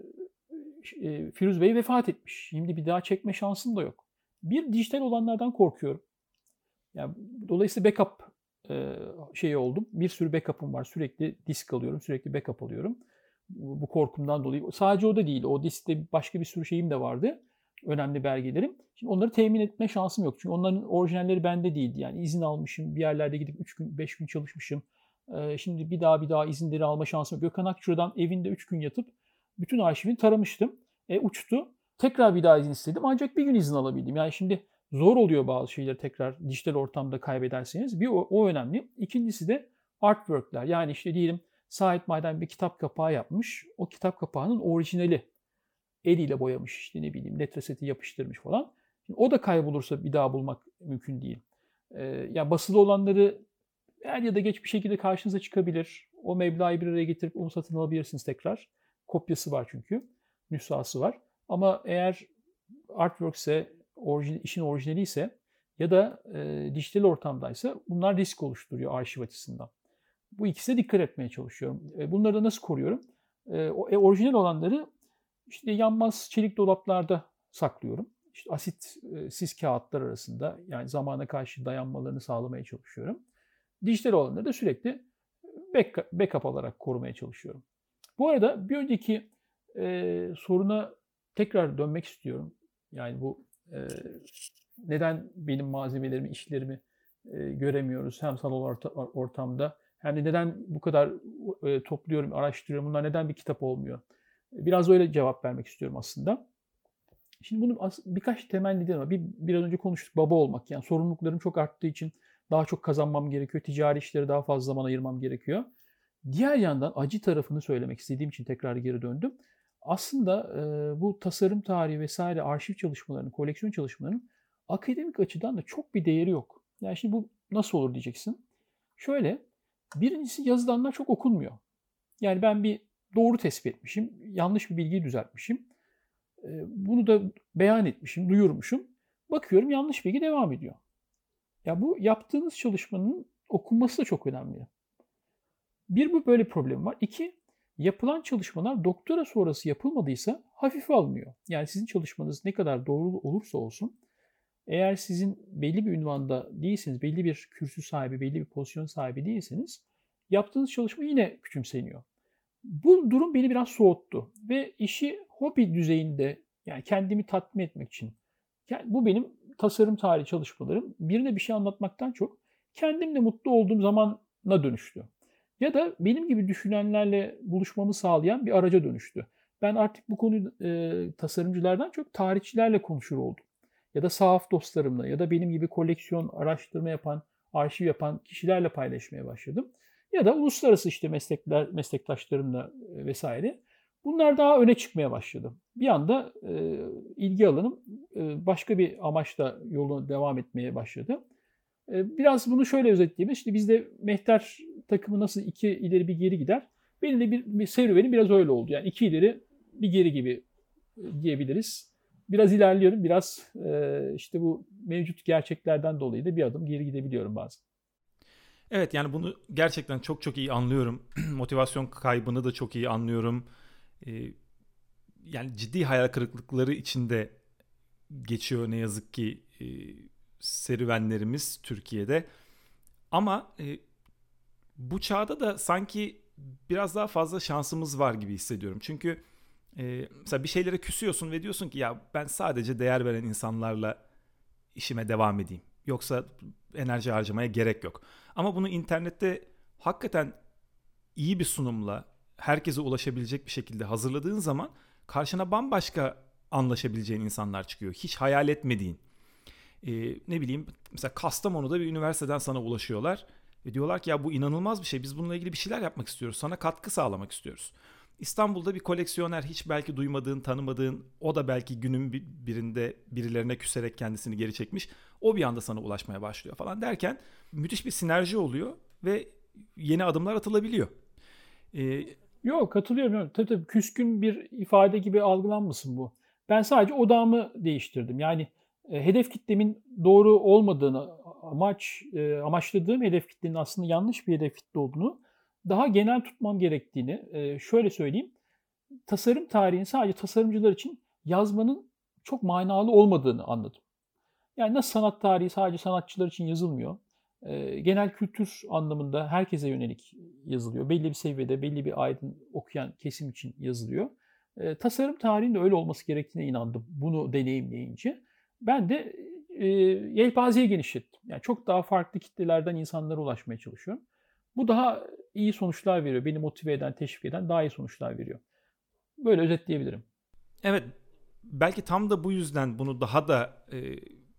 e, Firuz Bey vefat etmiş. Şimdi bir daha çekme şansım da yok. Bir dijital olanlardan korkuyorum. Yani dolayısıyla backup e, şeyi oldum. Bir sürü backup'ım var. Sürekli disk alıyorum, sürekli backup alıyorum. Bu korkumdan dolayı. Sadece o da değil. O diskte başka bir sürü şeyim de vardı. Önemli belgelerim. Şimdi onları temin etme şansım yok. Çünkü onların orijinalleri bende değildi. Yani izin almışım. Bir yerlerde gidip üç gün, beş gün çalışmışım. Şimdi bir daha bir daha izinleri alma şansım yok. Gökhan Akçura'dan evinde üç gün yatıp bütün arşivini taramıştım. E, uçtu. Tekrar bir daha izin istedim. Ancak bir gün izin alabildim. Yani şimdi zor oluyor bazı şeyleri tekrar dijital ortamda kaybederseniz. Bir o, o önemli. İkincisi de artwork'ler. Yani işte diyelim Said Maden bir kitap kapağı yapmış. O kitap kapağının orijinali. Eliyle boyamış, işte ne bileyim letre seti yapıştırmış falan. Şimdi o da kaybolursa bir daha bulmak mümkün değil. Ee, yani basılı olanları er ya da geç bir şekilde karşınıza çıkabilir. O meblağı bir araya getirip onu satın alabilirsiniz tekrar. Kopyası var çünkü. Nüshası var. Ama eğer artwork ise, orijin, işin orijinali ise ya da e, dijital ortamdaysa bunlar risk oluşturuyor arşiv açısından. Bu ikisine dikkat etmeye çalışıyorum. E, bunları da nasıl koruyorum? E, o, e, orijinal olanları işte yanmaz çelik dolaplarda saklıyorum. İşte asit, e, sis kağıtlar arasında, yani zamana karşı dayanmalarını sağlamaya çalışıyorum. Dijital olanları da sürekli back, backup olarak korumaya çalışıyorum. Bu arada bir önceki e, soruna tekrar dönmek istiyorum. Yani bu e, neden benim malzemelerimi, işlerimi e, göremiyoruz hem sanal orta, ortamda hem de neden bu kadar e, topluyorum, araştırıyorum, bunlar neden bir kitap olmuyor? Biraz öyle cevap vermek istiyorum aslında. Şimdi bunun birkaç temel nedeni var. Bir, biraz önce konuştuk, baba olmak. Yani sorumluluklarım çok arttığı için daha çok kazanmam gerekiyor. Ticari işlere daha fazla zaman ayırmam gerekiyor. Diğer yandan acı tarafını söylemek istediğim için tekrar geri döndüm. Aslında e, bu tasarım tarihi vesaire arşiv çalışmalarının, koleksiyon çalışmalarının akademik açıdan da çok bir değeri yok. Yani şimdi bu nasıl olur diyeceksin. Şöyle, birincisi yazılanlar çok okunmuyor. Yani ben bir doğru tespit etmişim, yanlış bir bilgiyi düzeltmişim. Bunu da beyan etmişim, duyurmuşum. Bakıyorum yanlış bilgi devam ediyor. Ya bu yaptığınız çalışmanın okunması da çok önemli. Bir, bu böyle bir problem var. İki, yapılan çalışmalar doktora sonrası yapılmadıysa hafife alınıyor. Yani sizin çalışmanız ne kadar doğru olursa olsun, eğer sizin belli bir ünvanda değilseniz, belli bir kürsü sahibi, belli bir pozisyon sahibi değilseniz, yaptığınız çalışma yine küçümseniyor. Bu durum beni biraz soğuttu ve işi hobi düzeyinde, yani kendimi tatmin etmek için, yani bu benim tasarım tarihi çalışmalarım, birine bir şey anlatmaktan çok kendimle mutlu olduğum zamana dönüştü. Ya da benim gibi düşünenlerle buluşmamı sağlayan bir araca dönüştü. Ben artık bu konuyu e, tasarımcılardan çok tarihçilerle konuşur oldum. Ya da sahaf dostlarımla ya da benim gibi koleksiyon, araştırma yapan, arşiv yapan kişilerle paylaşmaya başladım. Ya da uluslararası işte meslekler, meslektaşlarımla vesaire. Bunlar daha öne çıkmaya başladı. Bir anda e, ilgi alanım e, başka bir amaçla yoluna devam etmeye başladı. E, biraz bunu şöyle özetleyeyim. İşte bizde mehter takımı nasıl iki ileri bir geri gider. Benim de bir, bir serüvenim biraz öyle oldu. Yani iki ileri bir geri gibi diyebiliriz. Biraz ilerliyorum, biraz e, işte bu mevcut gerçeklerden dolayı da bir adım geri gidebiliyorum bazen. Evet, yani bunu gerçekten çok çok iyi anlıyorum. Motivasyon kaybını da çok iyi anlıyorum. Ee, yani ciddi hayal kırıklıkları içinde geçiyor ne yazık ki e, serüvenlerimiz Türkiye'de. Ama e, bu çağda da sanki biraz daha fazla şansımız var gibi hissediyorum. Çünkü e, mesela bir şeylere küsüyorsun ve diyorsun ki ya ben sadece değer veren insanlarla işime devam edeyim. Yoksa enerji harcamaya gerek yok. Ama bunu internette hakikaten iyi bir sunumla herkese ulaşabilecek bir şekilde hazırladığın zaman karşına bambaşka anlaşabileceğin insanlar çıkıyor. Hiç hayal etmediğin. Ee, ne bileyim mesela Kastamonu'da bir üniversiteden sana ulaşıyorlar ve diyorlar ki ya bu inanılmaz bir şey. Biz bununla ilgili bir şeyler yapmak istiyoruz. Sana katkı sağlamak istiyoruz. İstanbul'da bir koleksiyoner, hiç belki duymadığın, tanımadığın, o da belki günün birinde birilerine küserek kendisini geri çekmiş. O bir anda sana ulaşmaya başlıyor falan derken müthiş bir sinerji oluyor ve yeni adımlar atılabiliyor. Ee, Yok, katılıyorum. Tabii tabii küskün bir ifade gibi algılanmasın bu. Ben sadece odağımı değiştirdim. Yani e, hedef kitlemin doğru olmadığını, amaç e, amaçladığım hedef kitlenin aslında yanlış bir hedef kitle olduğunu, daha genel tutmam gerektiğini e, şöyle söyleyeyim. Tasarım tarihini sadece tasarımcılar için yazmanın çok manalı olmadığını anladım. Yani nasıl sanat tarihi sadece sanatçılar için yazılmıyor. E, genel kültür anlamında herkese yönelik yazılıyor. Belli bir seviyede, belli bir aydın okuyan kesim için yazılıyor. E, tasarım tarihinde öyle olması gerektiğine inandım bunu deneyimleyince. Ben de e, yelpazeyi genişlettim. Yani çok daha farklı kitlelerden insanlara ulaşmaya çalışıyorum. Bu daha iyi sonuçlar veriyor. Beni motive eden, teşvik eden daha iyi sonuçlar veriyor. Böyle özetleyebilirim. Evet, belki tam da bu yüzden bunu daha da e,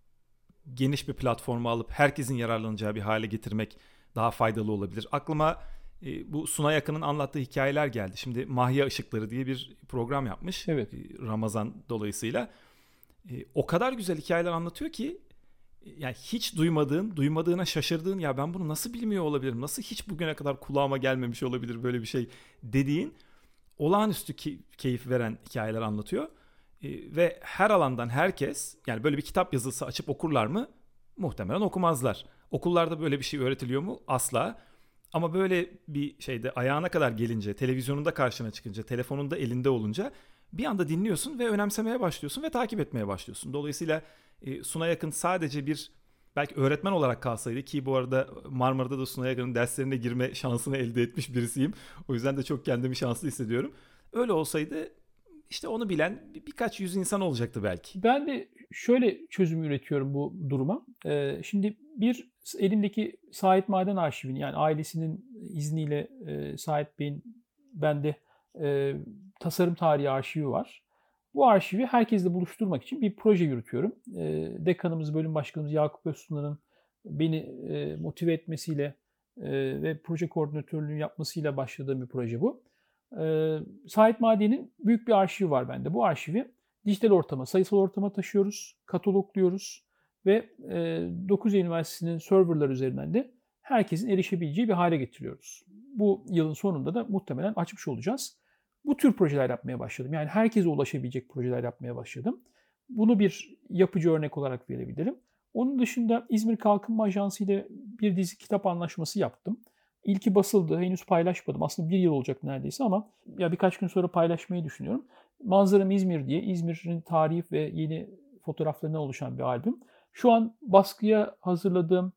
geniş bir platforma alıp herkesin yararlanacağı bir hale getirmek daha faydalı olabilir. Aklıma e, bu Sunay Akın'ın anlattığı hikayeler geldi. Şimdi Mahya Işıkları diye bir program yapmış. Evet. E, Ramazan dolayısıyla. E, o kadar güzel hikayeler anlatıyor ki yani hiç duymadığın, duymadığına şaşırdığın, ya ben bunu nasıl bilmiyor olabilirim, nasıl hiç bugüne kadar kulağıma gelmemiş olabilir böyle bir şey dediğin olağanüstü key- keyif veren hikayeler anlatıyor. Ee, ve her alandan herkes, yani böyle bir kitap yazılsa açıp okurlar mı? Muhtemelen okumazlar. Okullarda böyle bir şey öğretiliyor mu? Asla. Ama böyle bir şeyde ayağına kadar gelince, televizyonunda karşına çıkınca, telefonunda elinde olunca bir anda dinliyorsun ve önemsemeye başlıyorsun ve takip etmeye başlıyorsun. Dolayısıyla e, Sunay Akın sadece bir belki öğretmen olarak kalsaydı, ki bu arada Marmara'da da Sunay Akın'ın derslerine girme şansını elde etmiş birisiyim. O yüzden de çok kendimi şanslı hissediyorum. Öyle olsaydı işte onu bilen bir, birkaç yüz insan olacaktı belki. Ben de şöyle çözüm üretiyorum bu duruma. Ee, şimdi bir elimdeki Sait Maden arşivini, yani ailesinin izniyle e, Sait Bey'in bende e, tasarım tarihi arşivi var. Bu arşivi herkesle buluşturmak için bir proje yürütüyorum. E, dekanımız, bölüm başkanımız Yakup Öztuna'nın beni e, motive etmesiyle e, ve proje koordinatörlüğünü yapmasıyla başladığım bir proje bu. E, Sait Maden'in büyük bir arşivi var bende. Bu arşivi dijital ortama, sayısal ortama taşıyoruz, katalogluyoruz ve e, dokuz Eylül Üniversitesi'nin serverlar üzerinden de herkesin erişebileceği bir hale getiriyoruz. Bu yılın sonunda da muhtemelen açmış olacağız. Bu tür projeler yapmaya başladım. Yani herkese ulaşabilecek projeler yapmaya başladım. Bunu bir yapıcı örnek olarak verebilirim. Onun dışında İzmir Kalkınma Ajansı ile bir dizi kitap anlaşması yaptım. İlki basıldı, henüz paylaşmadım. Aslında bir yıl olacak neredeyse ama ya birkaç gün sonra paylaşmayı düşünüyorum. Manzaram İzmir diye, İzmir'in tarihi ve yeni fotoğraflarına oluşan bir albüm. Şu an baskıya hazırladığım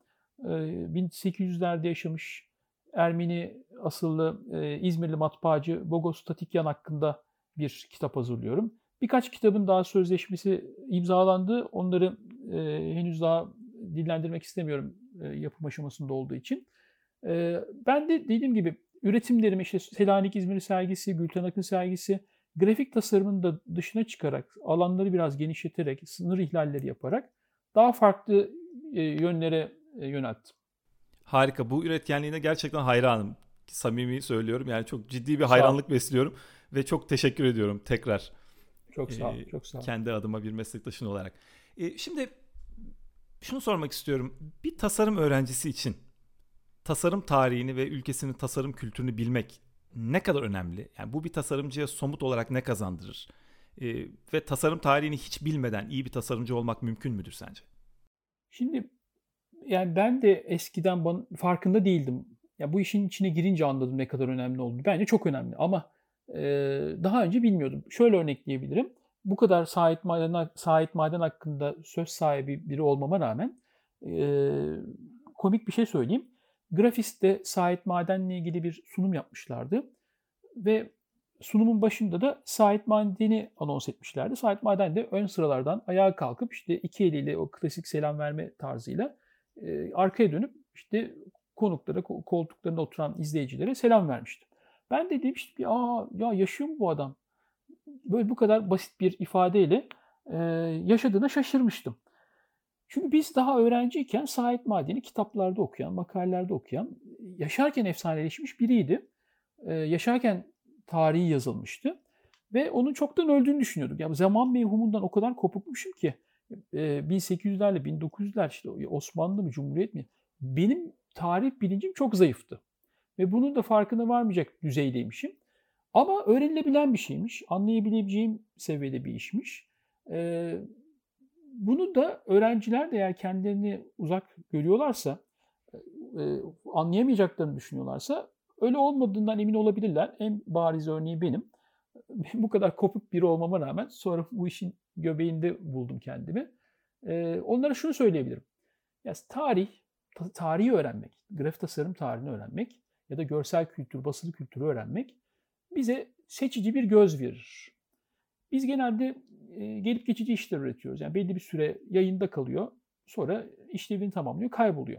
bin sekiz yüzlerde yaşamış Ermeni asıllı İzmirli matbaacı Bogos Tatikyan hakkında bir kitap hazırlıyorum. Birkaç kitabın daha sözleşmesi imzalandı. Onları henüz daha dillendirmek istemiyorum yapım aşamasında olduğu için. Ben de dediğim gibi üretimlerimi işte Selanik İzmir sergisi, Gülten Akın sergisi, grafik tasarımın da dışına çıkarak, alanları biraz genişleterek, sınır ihlalleri yaparak daha farklı yönlere yönelttim. Harika. Bu üretkenliğine gerçekten hayranım. Samimi söylüyorum. Yani çok ciddi bir hayranlık besliyorum ve çok teşekkür ediyorum tekrar. Çok sağ ol. Çok sağ ol. Kendi adıma bir meslektaşın olarak. E, şimdi şunu sormak istiyorum. Bir tasarım öğrencisi için tasarım tarihini ve ülkesinin tasarım kültürünü bilmek ne kadar önemli? Yani bu bir tasarımcıya somut olarak ne kazandırır? E, ve tasarım tarihini hiç bilmeden iyi bir tasarımcı olmak mümkün müdür sence? Şimdi yani ben de eskiden bana, farkında değildim. Ya bu işin içine girince anladım ne kadar önemli olduğunu. Bence çok önemli ama e, daha önce bilmiyordum. Şöyle örnekleyebilirim. Bu kadar Sait Maden, Sait Maden hakkında söz sahibi biri olmama rağmen e, komik bir şey söyleyeyim. Grafist'te Sait Maden'le ilgili bir sunum yapmışlardı. Ve sunumun başında da Sait Maden'i anons etmişlerdi. Sait Maden de ön sıralardan ayağa kalkıp işte iki eliyle o klasik selam verme tarzıyla e, arkaya dönüp işte konuklara, koltuklarında oturan izleyicilere selam vermişti. Ben de demiştim ki aa ya yaşıyor mu bu adam? Böyle bu kadar basit bir ifadeyle e, yaşadığına şaşırmıştım. Çünkü biz daha öğrenciyken Sait Maden'i kitaplarda okuyan, makalelerde okuyan, yaşarken efsaneleşmiş biriydi. Ee, yaşarken tarihi yazılmıştı. Ve onun çoktan öldüğünü düşünüyorduk. Yani zaman mevhumundan o kadar kopukmuşum ki e, bin sekiz yüzlerle bin dokuz yüzler işte Osmanlı mı, Cumhuriyet mi? Benim tarih bilincim çok zayıftı. Ve bunun da farkına varmayacak düzeydeymişim. Ama öğrenilebilen bir şeymiş. Anlayabileceğim seviyede bir işmiş. Ee, Bunu da öğrenciler de eğer kendilerini uzak görüyorlarsa, e, anlayamayacaklarını düşünüyorlarsa öyle olmadığından emin olabilirler. En bariz örneği benim. Bu kadar kopuk biri olmama rağmen sonra bu işin göbeğinde buldum kendimi. E, onlara şunu söyleyebilirim. Ya, tarih ta- tarihi öğrenmek, grafik tasarım tarihini öğrenmek ya da görsel kültür, basılı kültürü öğrenmek bize seçici bir göz verir. Biz genelde e, gelip geçici işler üretiyoruz. Yani belli bir süre yayında kalıyor, sonra işlevini tamamlıyor, kayboluyor.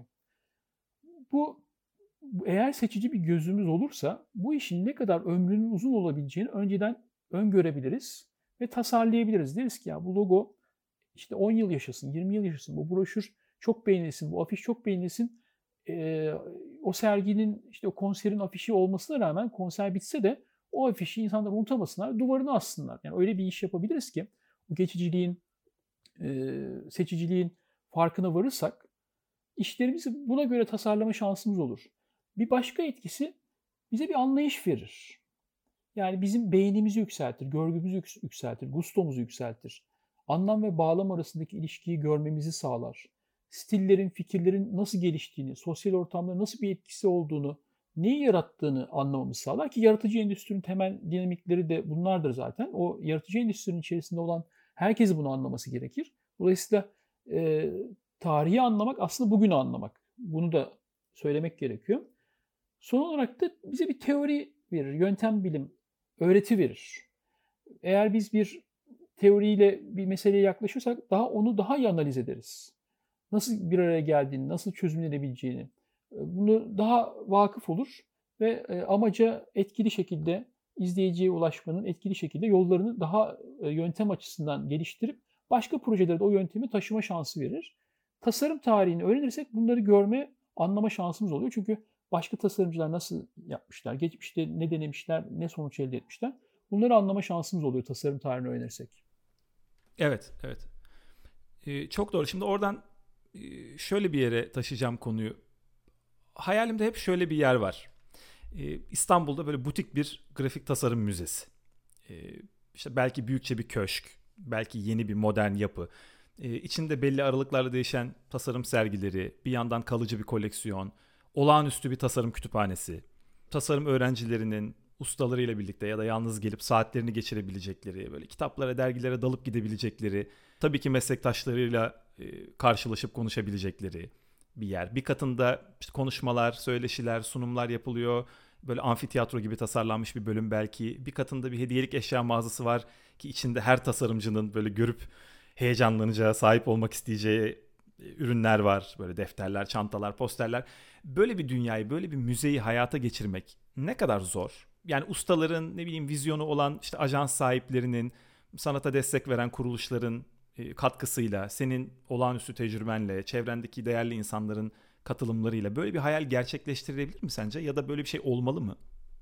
Bu eğer seçici bir gözümüz olursa bu işin ne kadar ömrünün uzun olabileceğini önceden öngörebiliriz ve tasarlayabiliriz. Deriz ki ya bu logo işte on yıl yaşasın, yirmi yıl yaşasın, bu broşür çok beğenilsin, bu afiş çok beğenilsin. Ee, o serginin, işte o konserin afişi olmasına rağmen konser bitse de o afişi insanlar unutamasınlar, duvarına assınlar. Yani öyle bir iş yapabiliriz ki o geçiciliğin, e, seçiciliğin farkına varırsak işlerimizi buna göre tasarlama şansımız olur. Bir başka etkisi bize bir anlayış verir. Yani bizim beynimizi yükseltir, görgümüzü yükseltir, gustomuzu yükseltir. Anlam ve bağlam arasındaki ilişkiyi görmemizi sağlar. Stillerin, fikirlerin nasıl geliştiğini, sosyal ortamda nasıl bir etkisi olduğunu, neyi yarattığını anlamamızı sağlar ki yaratıcı endüstrinin temel dinamikleri de bunlardır zaten. O yaratıcı endüstrinin içerisinde olan herkesin bunu anlaması gerekir. Dolayısıyla e, tarihi anlamak aslında bugünü anlamak. Bunu da söylemek gerekiyor. Son olarak da bize bir teori verir, yöntem bilim, öğreti verir. Eğer biz bir teoriyle bir meseleye yaklaşırsak daha onu daha iyi analiz ederiz. Nasıl bir araya geldiğini, nasıl çözümlenebileceğini, bunu daha vakıf olur ve amaca etkili şekilde izleyiciye ulaşmanın etkili şekilde yollarını daha yöntem açısından geliştirip başka projelerde o yöntemi taşıma şansı verir. Tasarım tarihini öğrenirsek bunları görme, anlama şansımız oluyor. Çünkü başka tasarımcılar nasıl yapmışlar, geçmişte ne denemişler, ne sonuç elde etmişler. Bunları anlama şansımız oluyor tasarım tarihini öğrenirsek. Evet, evet. Ee, çok doğru. Şimdi oradan şöyle bir yere taşıyacağım konuyu. Hayalimde hep şöyle bir yer var. Ee, İstanbul'da böyle butik bir grafik tasarım müzesi. Ee, işte belki büyükçe bir köşk, belki yeni bir modern yapı. Ee, içinde belli aralıklarla değişen tasarım sergileri, bir yandan kalıcı bir koleksiyon, olağanüstü bir tasarım kütüphanesi, tasarım öğrencilerinin ustalarıyla birlikte ya da yalnız gelip saatlerini geçirebilecekleri, böyle kitaplara, dergilere dalıp gidebilecekleri, tabii ki meslektaşlarıyla e, karşılaşıp konuşabilecekleri bir yer. Bir katında işte konuşmalar, söyleşiler, sunumlar yapılıyor. Böyle amfiteyatro gibi tasarlanmış bir bölüm belki. Bir katında bir hediyelik eşya mağazası var ki içinde her tasarımcının böyle görüp heyecanlanacağı, sahip olmak isteyeceği ürünler var. Böyle defterler, çantalar, posterler. Böyle bir dünyayı, böyle bir müzeyi hayata geçirmek ne kadar zor. Yani ustaların, ne bileyim, vizyonu olan işte ajans sahiplerinin, sanata destek veren kuruluşların katkısıyla, senin olağanüstü tecrübenle, çevrendeki değerli insanların katılımlarıyla böyle bir hayal gerçekleştirilebilir mi sence? Ya da böyle bir şey olmalı mı?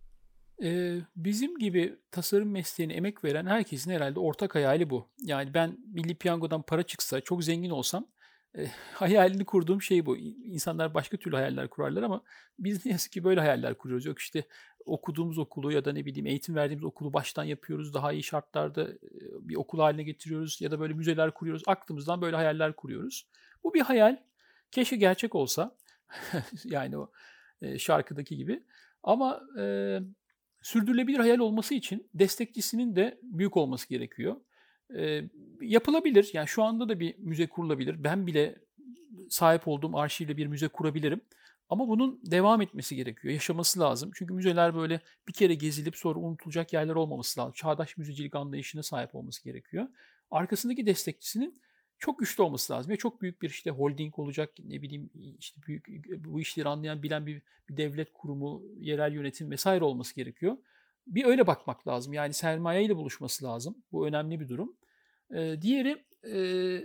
Ee, bizim gibi tasarım mesleğine emek veren herkesin herhalde ortak hayali bu. Yani ben Milli Piyango'dan para çıksa, çok zengin olsam e, hayalini kurduğum şey bu. İnsanlar başka türlü hayaller kurarlar ama biz ne yazık ki böyle hayaller kuruyoruz. Yok işte okuduğumuz okulu ya da ne bileyim eğitim verdiğimiz okulu baştan yapıyoruz. Daha iyi şartlarda bir okul haline getiriyoruz ya da böyle müzeler kuruyoruz. Aklımızdan böyle hayaller kuruyoruz. Bu bir hayal. Keşke gerçek olsa. Yani o e, şarkıdaki gibi. Ama e, sürdürülebilir hayal olması için destekçisinin de büyük olması gerekiyor. E, yapılabilir. Yani şu anda da bir müze kurulabilir. Ben bile sahip olduğum arşivle bir müze kurabilirim. Ama bunun devam etmesi gerekiyor. Yaşaması lazım. Çünkü müzeler böyle bir kere gezilip sonra unutulacak yerler olmaması lazım. Çağdaş müzecilik anlayışına sahip olması gerekiyor. Arkasındaki destekçisinin çok güçlü olması lazım. Ya çok büyük bir işte holding olacak, ne bileyim işte büyük bu işleri anlayan, bilen bir, bir devlet kurumu, yerel yönetim vesaire olması gerekiyor. Bir öyle bakmak lazım. Yani sermaye ile buluşması lazım. Bu önemli bir durum. Ee, diğeri e,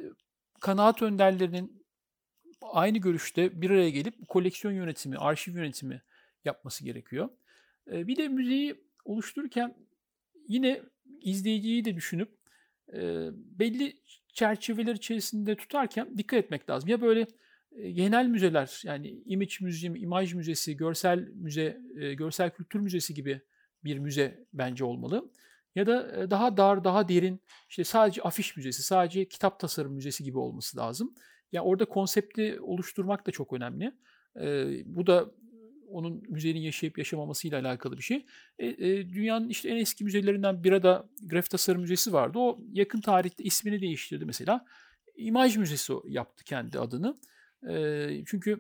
kanaat önderlerinin aynı görüşte bir araya gelip koleksiyon yönetimi, arşiv yönetimi yapması gerekiyor. Ee, bir de müzeyi oluştururken yine izleyiciyi de düşünüp e, belli çerçeveler içerisinde tutarken dikkat etmek lazım. Ya böyle e, genel müzeler, yani Image Museum, İmaj Müzesi, Görsel Müze, e, Görsel Kültür Müzesi gibi bir müze bence olmalı. Ya da e, daha dar, daha derin, işte sadece afiş müzesi, sadece kitap tasarım müzesi gibi olması lazım. Ya orada konsepti oluşturmak da çok önemli. E, bu da onun müzenin yaşayıp yaşamamasıyla alakalı bir şey. E, e, dünyanın işte en eski müzelerinden Bira'da Grafik Tasarım Müzesi vardı. O yakın tarihte ismini değiştirdi mesela. İmaj Müzesi yaptı kendi adını. E, çünkü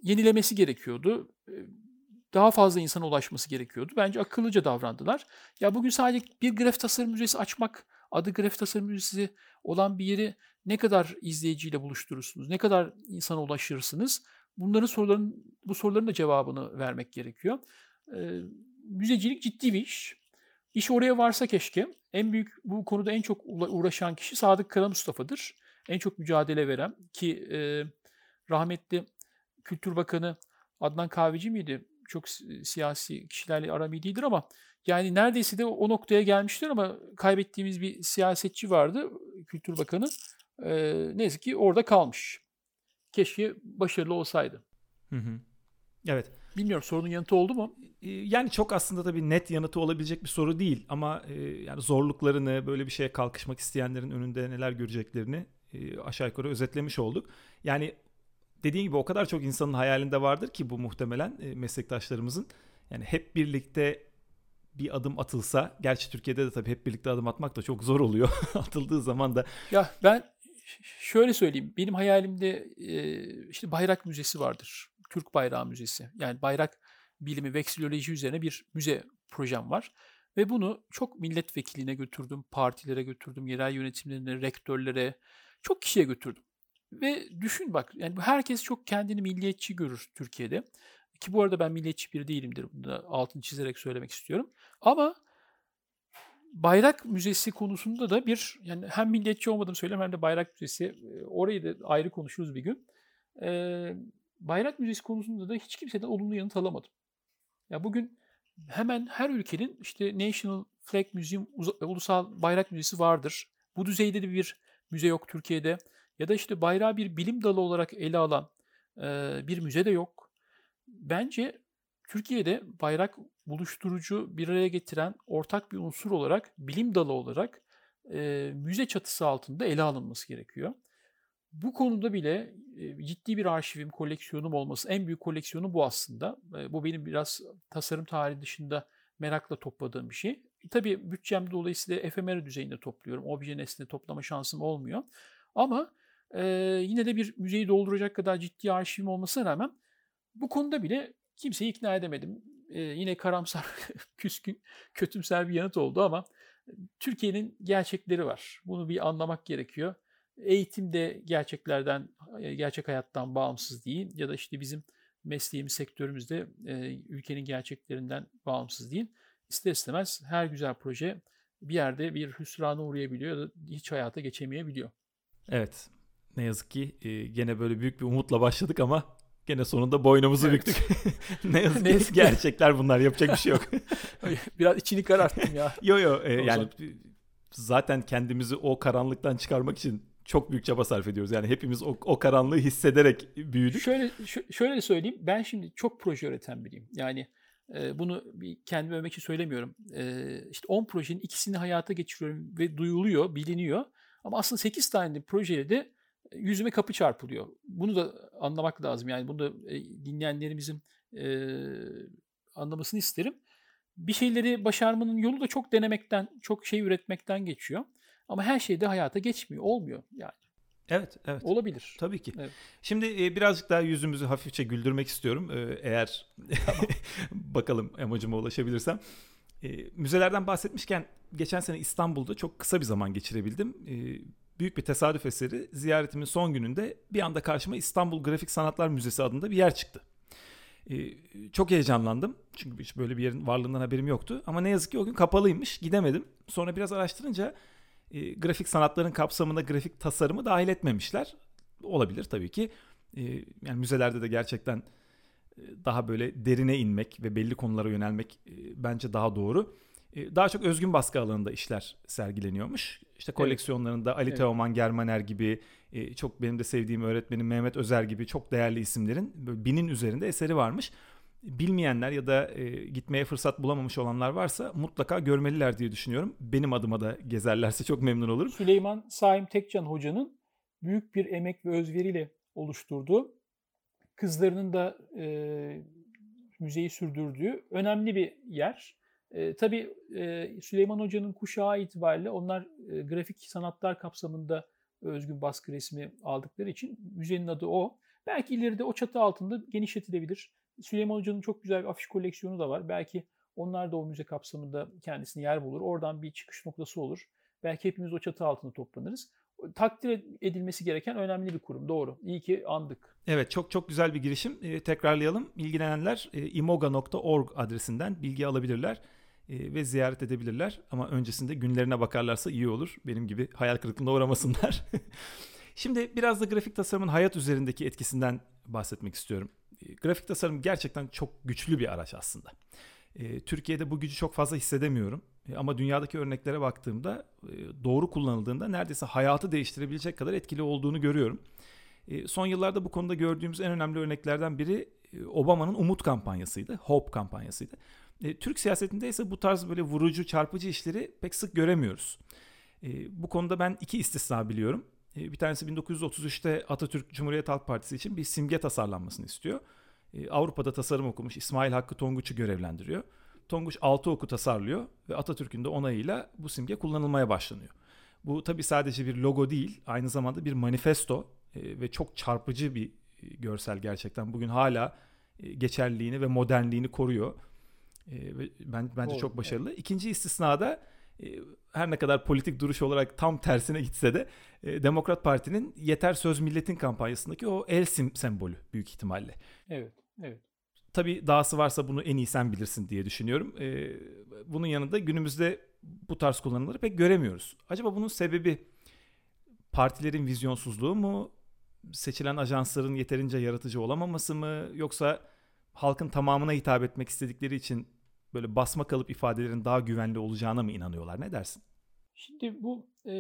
yenilemesi gerekiyordu. E, Daha fazla insana ulaşması gerekiyordu. Bence akıllıca davrandılar. Ya bugün sadece bir grafik tasarım müzesi açmak, adı grafik tasarım müzesi olan bir yeri ne kadar izleyiciyle buluşturursunuz, ne kadar insana ulaşırsınız? Bunların soruların, bu soruların da cevabını vermek gerekiyor. Ee, müzecilik ciddi bir iş. İş oraya varsa keşke. En büyük bu konuda en çok uğraşan kişi Sadık Kara Mustafa'dır. En çok mücadele veren ki e, rahmetli Kültür Bakanı Adnan Kahveci miydi? Çok siyasi kişilerle aram iyi değildir ama yani neredeyse de o noktaya gelmişler ama kaybettiğimiz bir siyasetçi vardı, Kültür Bakanı. Ee, ne yazık ki orada kalmış. Keşke başarılı olsaydı. Hı hı. Evet. Bilmiyorum, sorunun yanıtı oldu mu? Yani çok aslında da bir net yanıtı olabilecek bir soru değil ama yani zorluklarını, böyle bir şeye kalkışmak isteyenlerin önünde neler göreceklerini aşağı yukarı özetlemiş olduk. Yani dediğim gibi o kadar çok insanın hayalinde vardır ki bu muhtemelen meslektaşlarımızın. Yani hep birlikte bir adım atılsa, gerçi Türkiye'de de tabii hep birlikte adım atmak da çok zor oluyor. Atıldığı zaman da. Ya ben şöyle söyleyeyim. Benim hayalimde işte Bayrak Müzesi vardır. Türk Bayrağı Müzesi. Yani bayrak bilimi, veksiloloji üzerine bir müze projem var. Ve bunu çok milletvekiline götürdüm, partilere götürdüm, yerel yönetimlerine, rektörlere, çok kişiye götürdüm. Ve düşün bak, yani herkes çok kendini milliyetçi görür Türkiye'de. Ki bu arada ben milliyetçi biri değilimdir. Bunu da altını çizerek söylemek istiyorum. Ama Bayrak Müzesi konusunda da bir, yani hem milliyetçi olmadığımı söyleyeyim hem de Bayrak Müzesi, orayı da ayrı konuşuruz bir gün. Ee, Bayrak Müzesi konusunda da hiç kimseden olumlu yanıt alamadım. Ya bugün hemen her ülkenin işte National Flag Museum, Ulusal Bayrak Müzesi vardır. Bu düzeyde de bir müze yok Türkiye'de. Ya da işte bayrağı bir bilim dalı olarak ele alan e, bir müze de yok. Bence Türkiye'de bayrak buluşturucu, bir araya getiren ortak bir unsur olarak, bilim dalı olarak e, müze çatısı altında ele alınması gerekiyor. Bu konuda bile e, ciddi bir arşivim, koleksiyonum olması, en büyük koleksiyonum bu aslında. E, bu benim biraz tasarım tarihi dışında merakla topladığım bir şey. E, tabii bütçem dolayısıyla efemeri düzeyinde topluyorum. Obje nesne toplama şansım olmuyor. Ama e, yine de bir müzeyi dolduracak kadar ciddi arşivim olmasına rağmen bu konuda bile kimseyi ikna edemedim. Ee, yine karamsar, küskün, kötümser bir yanıt oldu ama Türkiye'nin gerçekleri var. Bunu bir anlamak gerekiyor. Eğitim de gerçeklerden, gerçek hayattan bağımsız değil ya da işte bizim mesleğimiz, sektörümüzde e, ülkenin gerçeklerinden bağımsız değil. İster istemez her güzel proje bir yerde bir hüsrana uğrayabiliyor ya da hiç hayata geçemeyebiliyor. Evet. Ne yazık ki e, gene böyle büyük bir umutla başladık ama gene sonunda boynumuzu evet. büktük. ne yazık ki ki gerçekler bunlar, yapacak bir şey yok. Biraz içini kararttım ya. Yo yo e, yani zaten kendimizi o karanlıktan çıkarmak için çok büyük çaba sarf ediyoruz. Yani hepimiz o, o karanlığı hissederek büyüdük. Şöyle şöyle söyleyeyim. Ben şimdi çok proje üreten biriyim. Yani e, bunu bir kendime övmek için söylemiyorum. E, işte on projenin ikisini hayata geçiriyorum ve duyuluyor, biliniyor. Ama aslında sekiz tane projeyle de yüzüme kapı çarpılıyor. Bunu da anlamak lazım. Yani bunu da e, dinleyenlerimizin e, anlamasını isterim. Bir şeyleri başarmanın yolu da çok denemekten, çok şey üretmekten geçiyor. Ama her şey de hayata geçmiyor, olmuyor yani. Evet, evet. Olabilir. Tabii ki. Evet. Şimdi e, birazcık daha yüzümüzü hafifçe güldürmek istiyorum. E, eğer bakalım amacıma ulaşabilirsem. E, müzelerden bahsetmişken geçen sene İstanbul'da çok kısa bir zaman geçirebildim. E, büyük bir tesadüf eseri ziyaretimin son gününde bir anda karşıma İstanbul Grafik Sanatlar Müzesi adında bir yer çıktı. Ee, çok heyecanlandım. Çünkü hiç böyle bir yerin varlığından haberim yoktu. Ama ne yazık ki o gün kapalıymış. Gidemedim. Sonra biraz araştırınca e, grafik sanatların kapsamına grafik tasarımı dahil etmemişler. Olabilir tabii ki. E, yani müzelerde de gerçekten e, daha böyle derine inmek ve belli konulara yönelmek e, bence daha doğru. E, daha çok özgün baskı alanında işler sergileniyormuş. İşte koleksiyonlarında evet. Ali evet. Teoman Germaner gibi, e, çok benim de sevdiğim öğretmenim Mehmet Özer gibi çok değerli isimlerin böyle binin üzerinde eseri varmış. Bilmeyenler ya da e, gitmeye fırsat bulamamış olanlar varsa mutlaka görmeliler diye düşünüyorum. Benim adıma da gezerlerse çok memnun olurum. Süleyman Saim Tekcan Hoca'nın büyük bir emek ve özveriyle oluşturduğu, kızlarının da e, müzeyi sürdürdüğü önemli bir yer. E, tabii e, Süleyman Hoca'nın kuşağı itibariyle onlar e, grafik sanatlar kapsamında özgün baskı resmi aldıkları için müzenin adı o. Belki ileride o çatı altında genişletilebilir. Süleyman Hoca'nın çok güzel bir afiş koleksiyonu da var. Belki onlar da o müze kapsamında kendisine yer bulur. Oradan bir çıkış noktası olur. Belki hepimiz o çatı altında toplanırız. Takdir edilmesi gereken önemli bir kurum. Doğru. İyi ki andık. Evet, çok çok güzel bir girişim. E, tekrarlayalım. İlgilenenler e, imoga nokta org adresinden bilgi alabilirler e, ve ziyaret edebilirler. Ama öncesinde günlerine bakarlarsa iyi olur. Benim gibi hayal kırıklığına uğramasınlar. Şimdi biraz da grafik tasarımın hayat üzerindeki etkisinden bahsetmek istiyorum. E, grafik tasarım gerçekten çok güçlü bir araç aslında. E, Türkiye'de bu gücü çok fazla hissedemiyorum. E, ama dünyadaki örneklere baktığımda e, doğru kullanıldığında neredeyse hayatı değiştirebilecek kadar etkili olduğunu görüyorum. E, son yıllarda bu konuda gördüğümüz en önemli örneklerden biri e, Obama'nın Umut kampanyasıydı, Hope kampanyasıydı. E, Türk siyasetinde ise bu tarz böyle vurucu, çarpıcı işleri pek sık göremiyoruz. E, bu konuda ben iki istisna biliyorum. E, bir tanesi bin dokuz yüz otuz üçte Atatürk Cumhuriyet Halk Partisi için bir simge tasarlanmasını istiyor. E, Avrupa'da tasarım okumuş İsmail Hakkı Tonguç'u görevlendiriyor. Tonguç altı oku tasarlıyor ve Atatürk'ün de onayıyla bu simge kullanılmaya başlanıyor. Bu tabii sadece bir logo değil, aynı zamanda bir manifesto e, ve çok çarpıcı bir e, görsel gerçekten. Bugün hala e, geçerliliğini ve modernliğini koruyor. E, ve ben bence Doğru, çok başarılı. evet. İkinci istisnada e, her ne kadar politik duruş olarak tam tersine gitse de e, Demokrat Parti'nin Yeter Söz Milletin kampanyasındaki o el sim sembolü büyük ihtimalle. Evet, evet. Tabii dahası varsa bunu en iyi sen bilirsin diye düşünüyorum. Ee, bunun yanında günümüzde bu tarz kullanımları pek göremiyoruz. Acaba bunun sebebi partilerin vizyonsuzluğu mu? Seçilen ajansların yeterince yaratıcı olamaması mı? Yoksa halkın tamamına hitap etmek istedikleri için böyle basma kalıp ifadelerin daha güvenli olacağına mı inanıyorlar? Ne dersin? Şimdi bu e,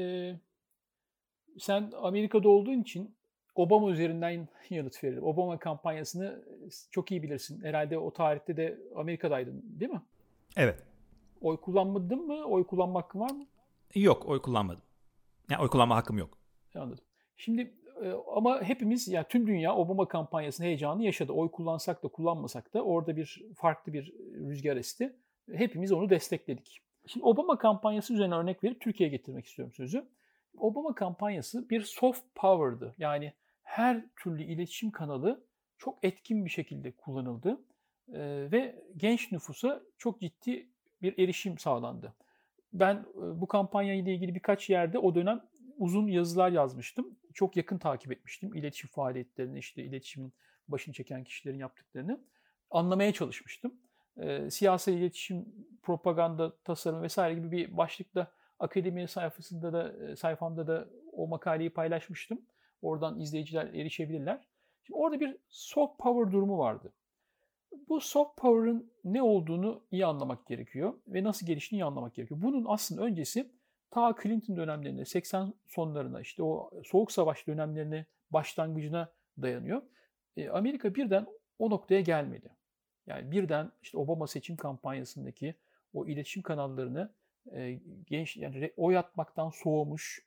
sen Amerika'da olduğun için Obama üzerinden yanıt veririm. Obama kampanyasını çok iyi bilirsin. Herhalde o tarihte de Amerika'daydın, değil mi? Evet. Oy kullanmadın mı? Oy kullanma hakkın var mı? Yok, oy kullanmadım. Yani oy kullanma hakkım yok. Anladım. Şimdi e, ama hepimiz, yani tüm dünya Obama kampanyasının heyecanını yaşadı. Oy kullansak da kullanmasak da orada bir farklı bir rüzgar esti. Hepimiz onu destekledik. Şimdi Obama kampanyası üzerine örnek verip Türkiye'ye getirmek istiyorum sözü. Obama kampanyası bir soft power'dı. Yani her türlü iletişim kanalı çok etkin bir şekilde kullanıldı e, ve genç nüfusa çok ciddi bir erişim sağlandı. Ben e, bu kampanya ile ilgili birkaç yerde o dönem uzun yazılar yazmıştım. Çok yakın takip etmiştim iletişim faaliyetlerini, işte iletişimin başını çeken kişilerin yaptıklarını anlamaya çalışmıştım. E, siyasal iletişim, propaganda, tasarım vesaire gibi bir başlıkla akademi sayfasında da sayfamda da o makaleyi paylaşmıştım. Oradan izleyiciler erişebilirler. Şimdi orada bir soft power durumu vardı. Bu soft power'ın ne olduğunu iyi anlamak gerekiyor ve nasıl geliştiğini iyi anlamak gerekiyor. Bunun aslında öncesi ta Clinton dönemlerinde, seksen sonlarına, işte o Soğuk Savaş dönemlerine başlangıcına dayanıyor. E, Amerika birden o noktaya gelmedi. Yani birden işte Obama seçim kampanyasındaki o iletişim kanallarını e, genç, yani oy atmaktan soğumuş,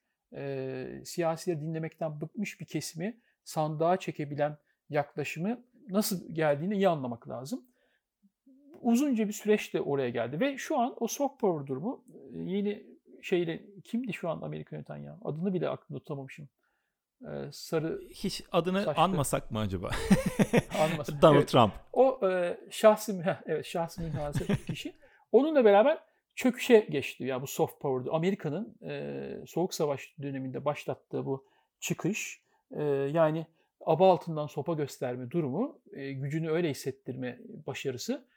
e, siyasileri dinlemekten bıkmış bir kesimi sandığa çekebilen yaklaşımı nasıl geldiğini iyi anlamak lazım. Uzunca bir süreçte oraya geldi ve şu an o soft power durumu yeni şeyle, kimdi şu an Amerika yöneten ya? Adını bile aklımda tutamamışım. Ee, sarı Hiç adını saçlı. anmasak mı acaba? Anmasak. Donald Evet. Trump. O e, şahsi, heh, evet, şahsi münhasır kişi. Onunla beraber çöküşe geçti ya bu soft power'da. Amerika'nın e, Soğuk Savaş döneminde başlattığı bu çıkış, e, yani aba altından sopa gösterme durumu, e, gücünü öyle hissettirme başarısı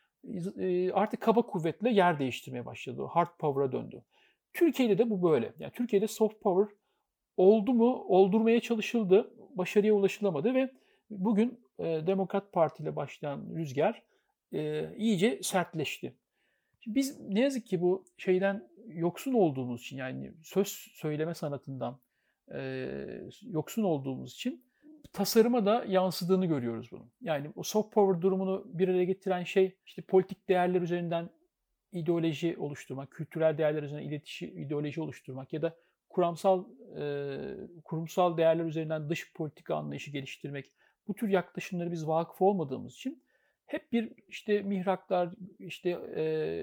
e, artık kaba kuvvetle yer değiştirmeye başladı. Hard power'a döndü. Türkiye'de de bu böyle. Yani Türkiye'de soft power oldu mu? Oldurmaya çalışıldı. Başarıya ulaşılamadı ve bugün e, Demokrat Parti ile başlayan rüzgar e, iyice sertleşti. Şimdi biz ne yazık ki bu şeyden yoksun olduğumuz için, yani söz söyleme sanatından e, yoksun olduğumuz için tasarıma da yansıdığını görüyoruz bunun. Yani o soft power durumunu bir araya getiren şey işte politik değerler üzerinden ideoloji oluşturmak, kültürel değerler üzerinden iletişim, ideoloji oluşturmak ya da kuramsal e, kurumsal değerler üzerinden dış politika anlayışı geliştirmek. Bu tür yaklaşımları biz vakıf olmadığımız için hep bir işte mihraklar, işte e,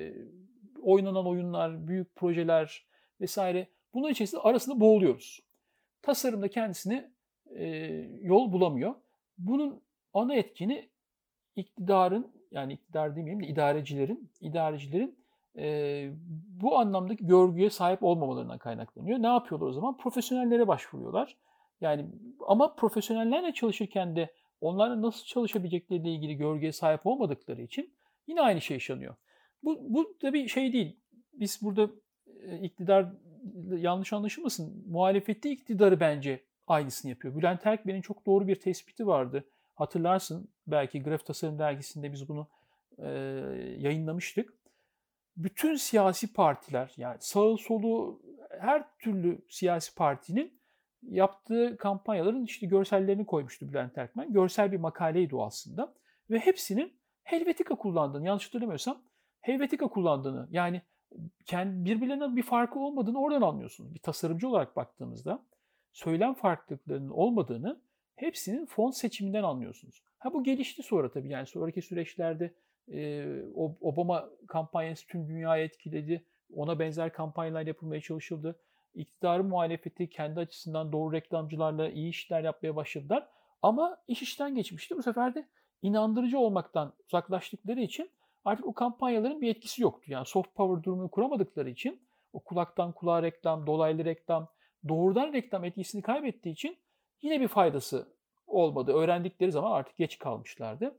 oynanan oyunlar, büyük projeler vesaire, bunun içerisinde arasında boğuluyoruz. Tasarımda kendisine e, yol bulamıyor. Bunun ana etkeni iktidarın, yani iktidar demeyeyim de idarecilerin, idarecilerin e, bu anlamdaki görgüye sahip olmamalarından kaynaklanıyor. Ne yapıyorlar o zaman? Profesyonellere başvuruyorlar. Yani ama profesyonellerle çalışırken de onlarla nasıl çalışabilecekleriyle ilgili görgüye sahip olmadıkları için yine aynı şey yaşanıyor. Bu, bu da bir şey değil. Biz burada e, iktidar yanlış anlaşılmasın. Muhalefette iktidarı bence aynısını yapıyor. Bülent Erkmen'in çok doğru bir tespiti vardı. Hatırlarsın belki Grafik Tasarım Dergisi'nde biz bunu e, yayınlamıştık. Bütün siyasi partiler, yani sağı solu her türlü siyasi partinin yaptığı kampanyaların işte görsellerini koymuştu Bülent Erkmen. Görsel bir makaleydi o aslında. Ve hepsinin Helvetica kullandığını, yanlış hatırlamıyorsam Helvetica kullandığını, yani kendi birbirlerinden bir farkı olmadığını oradan anlıyorsunuz. Bir tasarımcı olarak baktığımızda söylem farklılıklarının olmadığını hepsinin font seçiminden anlıyorsunuz. Ha bu gelişti sonra tabii, yani sonraki süreçlerde e, Obama kampanyası tüm dünyayı etkiledi. Ona benzer kampanyalar yapılmaya çalışıldı. İktidarın muhalefeti kendi açısından doğru reklamcılarla iyi işler yapmaya başladılar. Ama iş işten geçmişti. Bu sefer de inandırıcı olmaktan uzaklaştıkları için artık o kampanyaların bir etkisi yoktu. Yani soft power durumunu kuramadıkları için o kulaktan kulağa reklam, dolaylı reklam, doğrudan reklam etkisini kaybettiği için yine bir faydası olmadı. Öğrendikleri zaman artık geç kalmışlardı.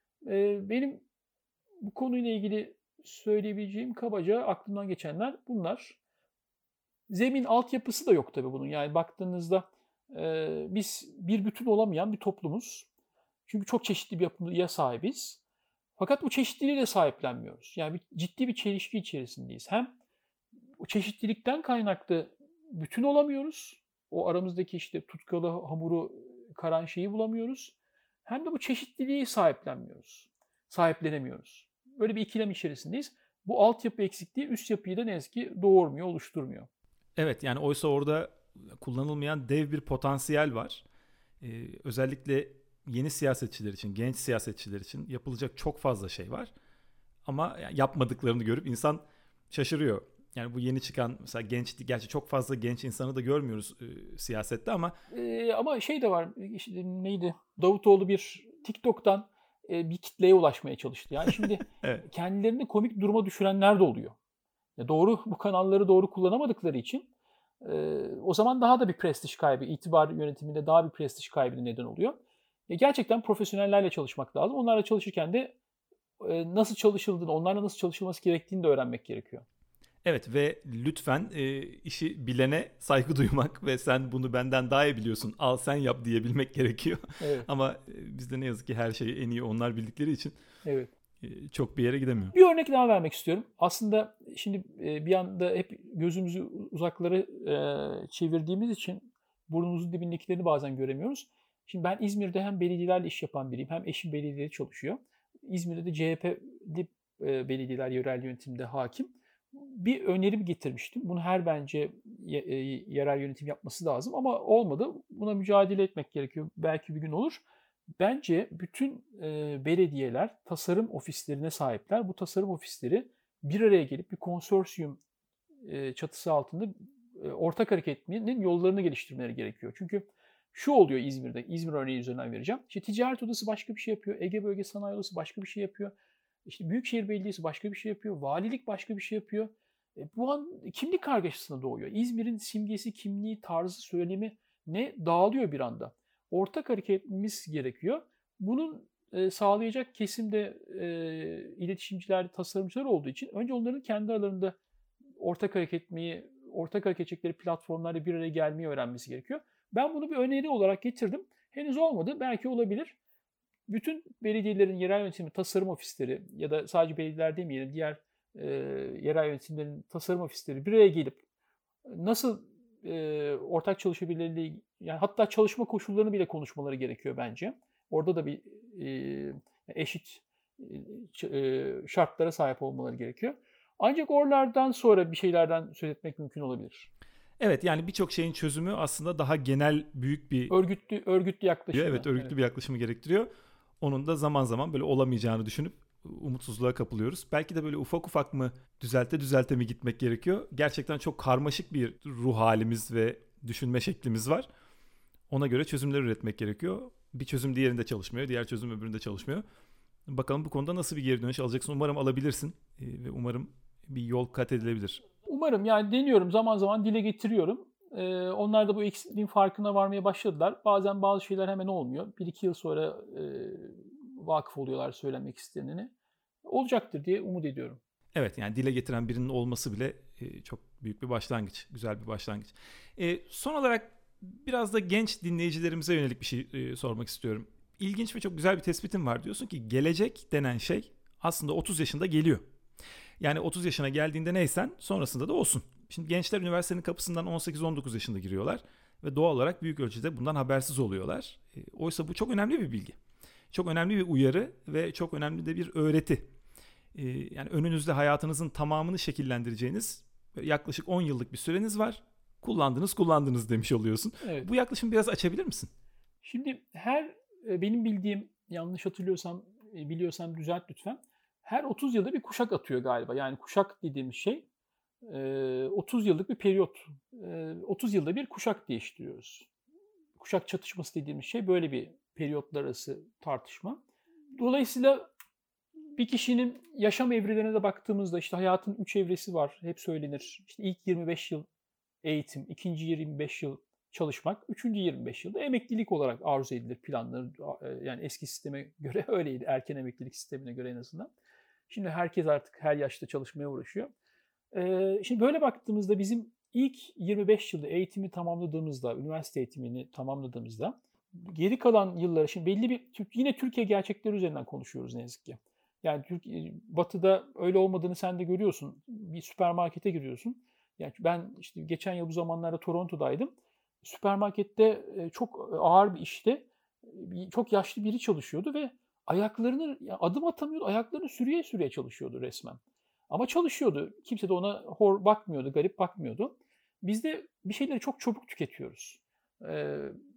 Benim bu konuyla ilgili söyleyebileceğim kabaca aklımdan geçenler bunlar. Zemin altyapısı da yok tabii bunun. Yani baktığınızda biz bir bütün olamayan bir toplumuz. Çünkü çok çeşitli bir yapıya sahibiz. Fakat bu çeşitliliği de sahiplenmiyoruz. Yani bir, ciddi bir çelişki içerisindeyiz. Hem o çeşitlilikten kaynaklı bütün olamıyoruz. O aramızdaki işte tutkalı hamuru karan şeyi bulamıyoruz. Hem de bu çeşitliliği sahiplenmiyoruz. Sahiplenemiyoruz. Böyle bir ikilem içerisindeyiz. Bu altyapı eksikliği üst yapıyı da ne yazık ki doğurmuyor, oluşturmuyor. Evet, yani oysa orada kullanılmayan dev bir potansiyel var. Ee, özellikle yeni siyasetçiler için, genç siyasetçiler için yapılacak çok fazla şey var. Ama yapmadıklarını görüp insan şaşırıyor. Yani bu yeni çıkan mesela genç, gerçi çok fazla genç insanı da görmüyoruz e, siyasette ama. Ee, ama şey de var, işte neydi? Davutoğlu bir TikTok'tan e, bir kitleye ulaşmaya çalıştı. Yani şimdi evet. Kendilerini komik duruma düşürenler de oluyor. Ya doğru, bu kanalları doğru kullanamadıkları için e, o zaman daha da bir prestij kaybı, itibar yönetiminde daha bir prestij kaybı neden oluyor. Ya gerçekten profesyonellerle çalışmak lazım. Onlarla çalışırken de e, nasıl çalışıldığını, onlarla nasıl çalışılması gerektiğini de öğrenmek gerekiyor. Evet ve lütfen e, işi bilene saygı duymak ve sen bunu benden daha iyi biliyorsun, al sen yap diyebilmek gerekiyor. Evet. Ama e, bizde ne yazık ki her şeyi en iyi onlar bildikleri için evet. e, çok bir yere gidemiyor. Bir örnek daha vermek istiyorum. Aslında şimdi e, bir anda hep gözümüzü uzaklara e, çevirdiğimiz için burnumuzun dibindekilerini bazen göremiyoruz. Şimdi ben İzmir'de hem belediyelerle iş yapan biriyim, hem eşim belediyede çalışıyor. İzmir'de de C H P'li e, belediyeler yerel yönetimde hakim. Bir önerim getirmiştim. Bunu her bence yerel yönetim yapması lazım ama olmadı. Buna mücadele etmek gerekiyor. Belki bir gün olur. Bence bütün belediyeler tasarım ofislerine sahipler. Bu tasarım ofisleri bir araya gelip bir konsorsiyum çatısı altında ortak hareket etmenin yollarını geliştirmeleri gerekiyor. Çünkü şu oluyor İzmir'de, İzmir örneği üzerinden vereceğim. İşte ticaret odası başka bir şey yapıyor, Ege Bölge Sanayi Odası başka bir şey yapıyor. İşte Büyükşehir Belediyesi başka bir şey yapıyor, valilik başka bir şey yapıyor. E, bu an kimlik kargaşasına doğuyor. İzmir'in simgesi, kimliği, tarzı, söylemi ne dağılıyor bir anda. Ortak hareket etmemiz gerekiyor. Bunun e, sağlayacak kesimde e, iletişimciler, tasarımcılar olduğu için önce onların kendi aralarında ortak hareket etmeyi, ortak hareket edecekleri platformlarda bir araya gelmeyi öğrenmesi gerekiyor. Ben bunu bir öneri olarak getirdim. Henüz olmadı, belki olabilir. Bütün belediyelerin yerel yönetimi tasarım ofisleri ya da sadece belediyeler demeyelim, diğer e, yerel yönetimlerin tasarım ofisleri bir araya gelip nasıl e, ortak çalışabilirliği, yani hatta çalışma koşullarını bile konuşmaları gerekiyor bence. Orada da bir e, eşit e, şartlara sahip olmaları gerekiyor. Ancak oralardan sonra bir şeylerden söz etmek mümkün olabilir. Evet, yani birçok şeyin çözümü aslında daha genel, büyük bir örgütlü örgütlü yaklaşım. Evet, örgütlü evet. bir yaklaşımı gerektiriyor. Onun da zaman zaman böyle olamayacağını düşünüp umutsuzluğa kapılıyoruz. Belki de böyle ufak ufak mı düzelte düzelte mi gitmek gerekiyor? Gerçekten çok karmaşık bir ruh halimiz ve düşünme şeklimiz var. Ona göre çözümler üretmek gerekiyor. Bir çözüm diğerinde çalışmıyor, diğer çözüm öbüründe çalışmıyor. Bakalım bu konuda nasıl bir geri dönüş alacaksın. Umarım alabilirsin ve umarım bir yol kat edilebilir. Umarım, yani deniyorum, zaman zaman dile getiriyorum. Ee, onlar da bu eksikliğin farkına varmaya başladılar. Bazen bazı şeyler hemen olmuyor. Bir iki yıl sonra e, vakıf oluyorlar söylemek isteneni. Olacaktır diye umut ediyorum. Evet, yani dile getiren birinin olması bile e, çok büyük bir başlangıç. Güzel bir başlangıç. E, son olarak biraz da genç dinleyicilerimize yönelik bir şey e, sormak istiyorum. İlginç ve çok güzel bir tespitin var. Diyorsun ki gelecek denen şey aslında otuz yaşında geliyor. Yani otuz yaşına geldiğinde neysen sonrasında da olsun. Şimdi gençler üniversitenin kapısından on sekiz on dokuz yaşında giriyorlar ve doğal olarak büyük ölçüde bundan habersiz oluyorlar. E, oysa bu çok önemli bir bilgi. Çok önemli bir uyarı ve çok önemli de bir öğreti. E, yani önünüzde hayatınızın tamamını şekillendireceğiniz yaklaşık on yıllık bir süreniz var. Kullandınız kullandınız demiş oluyorsun. Evet. Bu yaklaşımı biraz açabilir misin? Şimdi her benim bildiğim, yanlış hatırlıyorsam biliyorsam düzelt lütfen. Her otuz yılda bir kuşak atıyor galiba. Yani kuşak dediğimiz şey otuz yıllık bir periyot. otuz yılda bir kuşak değiştiriyoruz. Kuşak çatışması dediğimiz şey böyle bir periyotlar arası tartışma. Dolayısıyla bir kişinin yaşam evrelerine de baktığımızda işte hayatın üç evresi var. Hep söylenir. İşte ilk yirmi beş yıl eğitim, ikinci yirmi beş yıl çalışmak, üçüncü yirmi beş yılda emeklilik olarak arzu edilir, planlanır. Yani eski sisteme göre öyleydi, erken emeklilik sistemine göre en azından. Şimdi herkes artık her yaşta çalışmaya uğraşıyor. Şimdi böyle baktığımızda bizim ilk yirmi beş yılda eğitimi tamamladığımızda, üniversite eğitimini tamamladığımızda geri kalan yılları, şimdi belli bir, yine Türkiye gerçekleri üzerinden konuşuyoruz ne yazık ki. Yani Türkiye, Batı'da öyle olmadığını sen de görüyorsun. Bir süpermarkete giriyorsun. Yani ben işte geçen yıl bu zamanlarda Toronto'daydım. Süpermarkette çok ağır bir işte çok yaşlı biri çalışıyordu ve ayaklarını, adım atamıyordu, ayaklarını sürüye sürüye çalışıyordu resmen. Ama çalışıyordu. Kimse de ona hor bakmıyordu, garip bakmıyordu. Biz de bir şeyleri çok çabuk tüketiyoruz. Ee,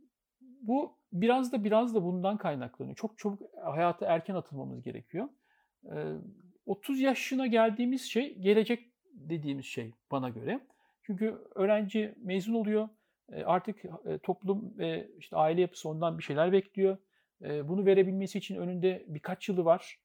bu biraz da biraz da bundan kaynaklanıyor. Çok çabuk hayata erken atılmamız gerekiyor. Ee, otuz yaşına geldiğimiz şey gelecek dediğimiz şey bana göre. Çünkü öğrenci mezun oluyor. Artık toplum ve işte aile yapısı ondan bir şeyler bekliyor. Bunu verebilmesi için önünde birkaç yılı var.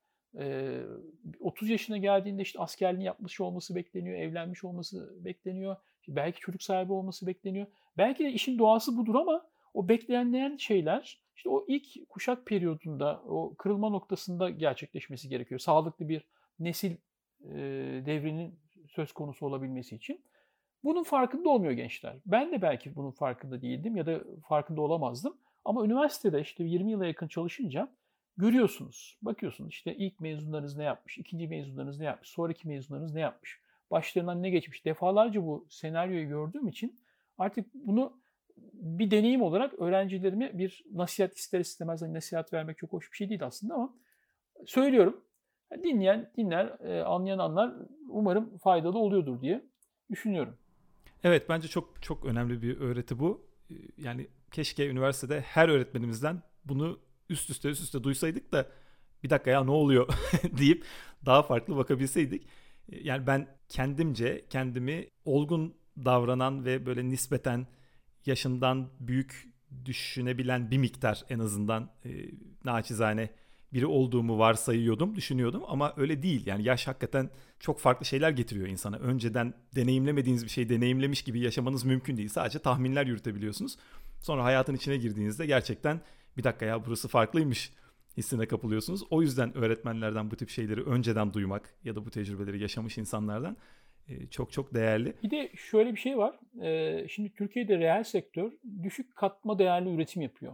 otuz yaşına geldiğinde işte askerliğini yapmış olması bekleniyor, evlenmiş olması bekleniyor. Belki çocuk sahibi olması bekleniyor. Belki de işin doğası budur ama o beklenmeyen şeyler işte o ilk kuşak periyodunda, o kırılma noktasında gerçekleşmesi gerekiyor. Sağlıklı bir nesil devrinin söz konusu olabilmesi için. Bunun farkında olmuyor gençler. Ben de belki bunun farkında değildim ya da farkında olamazdım. Ama üniversitede işte yirmi yıla yakın çalışınca görüyorsunuz. Bakıyorsunuz işte ilk mezunlarınız ne yapmış, ikinci mezunlarınız ne yapmış, sonraki mezunlarınız ne yapmış, başlarından ne geçmiş. Defalarca bu senaryoyu gördüğüm için artık bunu bir deneyim olarak öğrencilerime bir nasihat, ister istemez nasihat vermek çok hoş bir şey değil aslında ama söylüyorum. Dinleyen dinler, anlayan anlar, umarım faydalı oluyordur diye düşünüyorum. Evet, bence çok çok önemli bir öğreti bu. Yani keşke üniversitede her öğretmenimizden bunu üst üste üst üste duysaydık da bir dakika ya ne oluyor deyip daha farklı bakabilseydik. Yani ben kendimce kendimi olgun davranan ve böyle nispeten yaşından büyük düşünebilen bir miktar en azından e, naçizane biri olduğumu varsayıyordum, düşünüyordum ama öyle değil. Yani yaş hakikaten çok farklı şeyler getiriyor insana. Önceden deneyimlemediğiniz bir şeyi deneyimlemiş gibi yaşamanız mümkün değil. Sadece tahminler yürütebiliyorsunuz. Sonra hayatın içine girdiğinizde gerçekten bir dakika ya burası farklıymış hissine kapılıyorsunuz. O yüzden öğretmenlerden bu tip şeyleri önceden duymak ya da bu tecrübeleri yaşamış insanlardan çok çok değerli. Bir de şöyle bir şey var. Şimdi Türkiye'de reel sektör düşük katma değerli üretim yapıyor.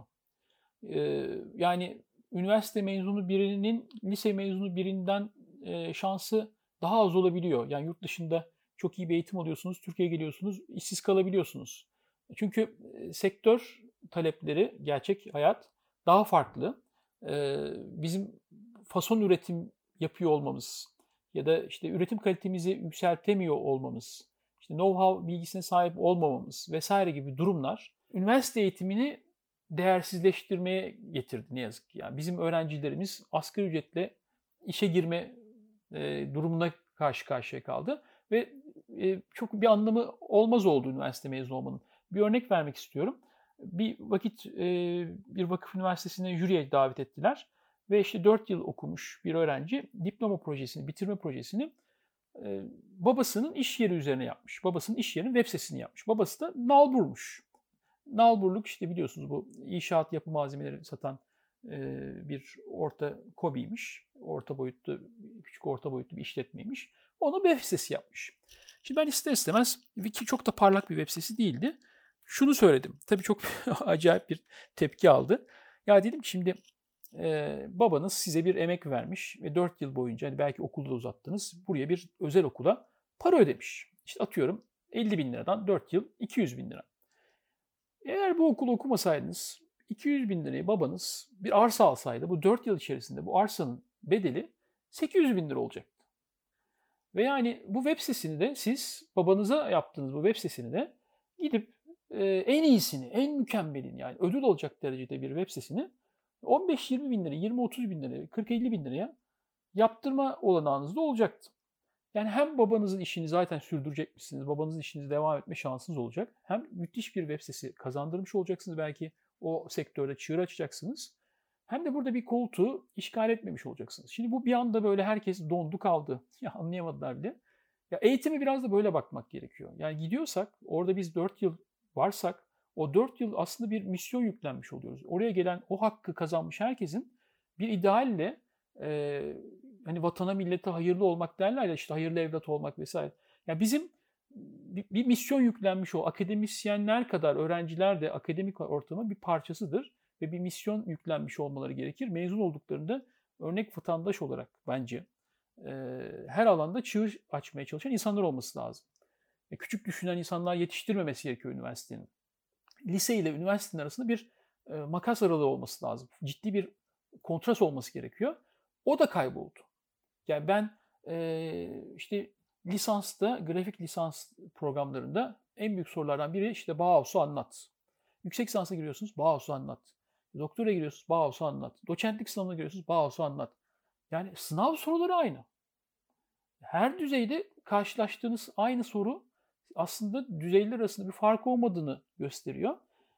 Yani üniversite mezunu birinin lise mezunu birinden şansı daha az olabiliyor. Yani yurt dışında çok iyi bir eğitim alıyorsunuz, Türkiye'ye geliyorsunuz, işsiz kalabiliyorsunuz. Çünkü sektör talepleri, gerçek hayat daha farklı. Bizim fason üretim yapıyor olmamız ya da işte üretim kalitemizi yükseltemiyor olmamız, işte know-how bilgisine sahip olmamamız vesaire gibi durumlar üniversite eğitimini değersizleştirmeye getirdi ne yazık ki. Yani bizim öğrencilerimiz asgari ücretle işe girme e, durumuna karşı karşıya kaldı ve e, çok bir anlamı olmaz oldu üniversite mezunu olmanın. Bir örnek vermek istiyorum. Bir vakit e, bir vakıf üniversitesine jüriye davet ettiler. Ve işte dört yıl okumuş bir öğrenci diploma projesini, bitirme projesini e, babasının iş yeri üzerine yapmış. Babasının iş yerinin web sitesini yapmış. Babası da nalburmuş. Nalburluk işte biliyorsunuz bu inşaat yapı malzemeleri satan e, bir orta KOBİ'ymiş. Orta boyutlu, küçük orta boyutlu bir işletmeymiş. Onu web sitesi yapmış. Şimdi ben ister istemez, ki çok da parlak bir web sitesi değildi. Şunu söyledim. Tabii çok acayip bir tepki aldı. Ya dedim şimdi e, babanız size bir emek vermiş ve dört yıl boyunca hani belki okulda da uzattınız. Buraya bir özel okula para ödemiş. İşte atıyorum elli bin liradan dört yıl iki yüz bin lira. Eğer bu okulu okumasaydınız iki yüz bin lirayı babanız bir arsa alsaydı bu dört yıl içerisinde bu arsanın bedeli sekiz yüz bin lira olacaktı. Ve yani bu web sitesini de siz babanıza yaptığınız bu web sitesini de gidip e, en iyisini, en mükemmelini yani ödül olacak derecede bir web sitesini on beş yirmi bin lira, yirmi otuz bin lira, kırk elli bin liraya yaptırma olanağınız da olacaktı. Yani hem babanızın işini zaten sürdürecekmişsiniz, babanızın işinizi devam etme şansınız olacak. Hem müthiş bir web sitesi kazandırmış olacaksınız. Belki o sektörde çığır açacaksınız. Hem de burada bir koltuğu işgal etmemiş olacaksınız. Şimdi bu bir anda böyle herkes dondu kaldı. Ya anlayamadılar bile. Ya eğitime biraz da böyle bakmak gerekiyor. Yani gidiyorsak, orada biz dört yıl varsak, o dört yıl aslında bir misyon yüklenmiş oluyoruz. Oraya gelen, o hakkı kazanmış herkesin bir idealle e, hani vatana millete hayırlı olmak derler ya, işte hayırlı evlat olmak vesaire. Ya bizim bir, bir misyon yüklenmiş o. Akademisyenler kadar öğrenciler de akademik ortamın bir parçasıdır ve bir misyon yüklenmiş olmaları gerekir. Mezun olduklarında örnek vatandaş olarak bence e, her alanda çığır açmaya çalışan insanlar olması lazım. E, küçük düşünen insanlar yetiştirmemesi gerekiyor üniversitenin. Lise ile üniversitenin arasında bir e, makas aralığı olması lazım. Ciddi bir kontrast olması gerekiyor. O da kayboldu. Yani ben e, işte lisansta, grafik lisans programlarında en büyük sorulardan biri işte Bauhaus'u anlat. Yüksek lisansa giriyorsunuz, Bauhaus'u anlat. Doktora giriyorsunuz, Bauhaus'u anlat. Doçentlik sınavına giriyorsunuz, Bauhaus'u anlat. Yani sınav soruları aynı. Her düzeyde karşılaştığınız aynı soru aslında düzeyler arasında bir fark olmadığını gösteriyor.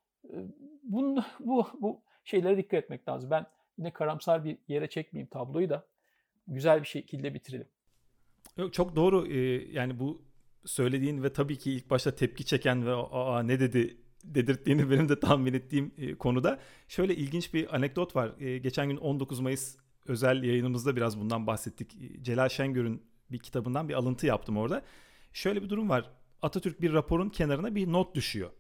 Bunun, bu, bu şeylere dikkat etmek lazım. Ben yine karamsar bir yere çekmeyeyim tabloyu da güzel bir şekilde bitirelim. Yok, çok doğru. Ee, yani bu söylediğin ve tabii ki ilk başta tepki çeken ve aa ne dedi dedirttiğini benim de tahmin ettiğim e, konuda şöyle ilginç bir anekdot var. E, geçen gün on dokuz Mayıs özel yayınımızda biraz bundan bahsettik. E, Celal Şengör'ün bir kitabından bir alıntı yaptım orada. Şöyle bir durum var. Atatürk bir raporun kenarına bir not düşüyor.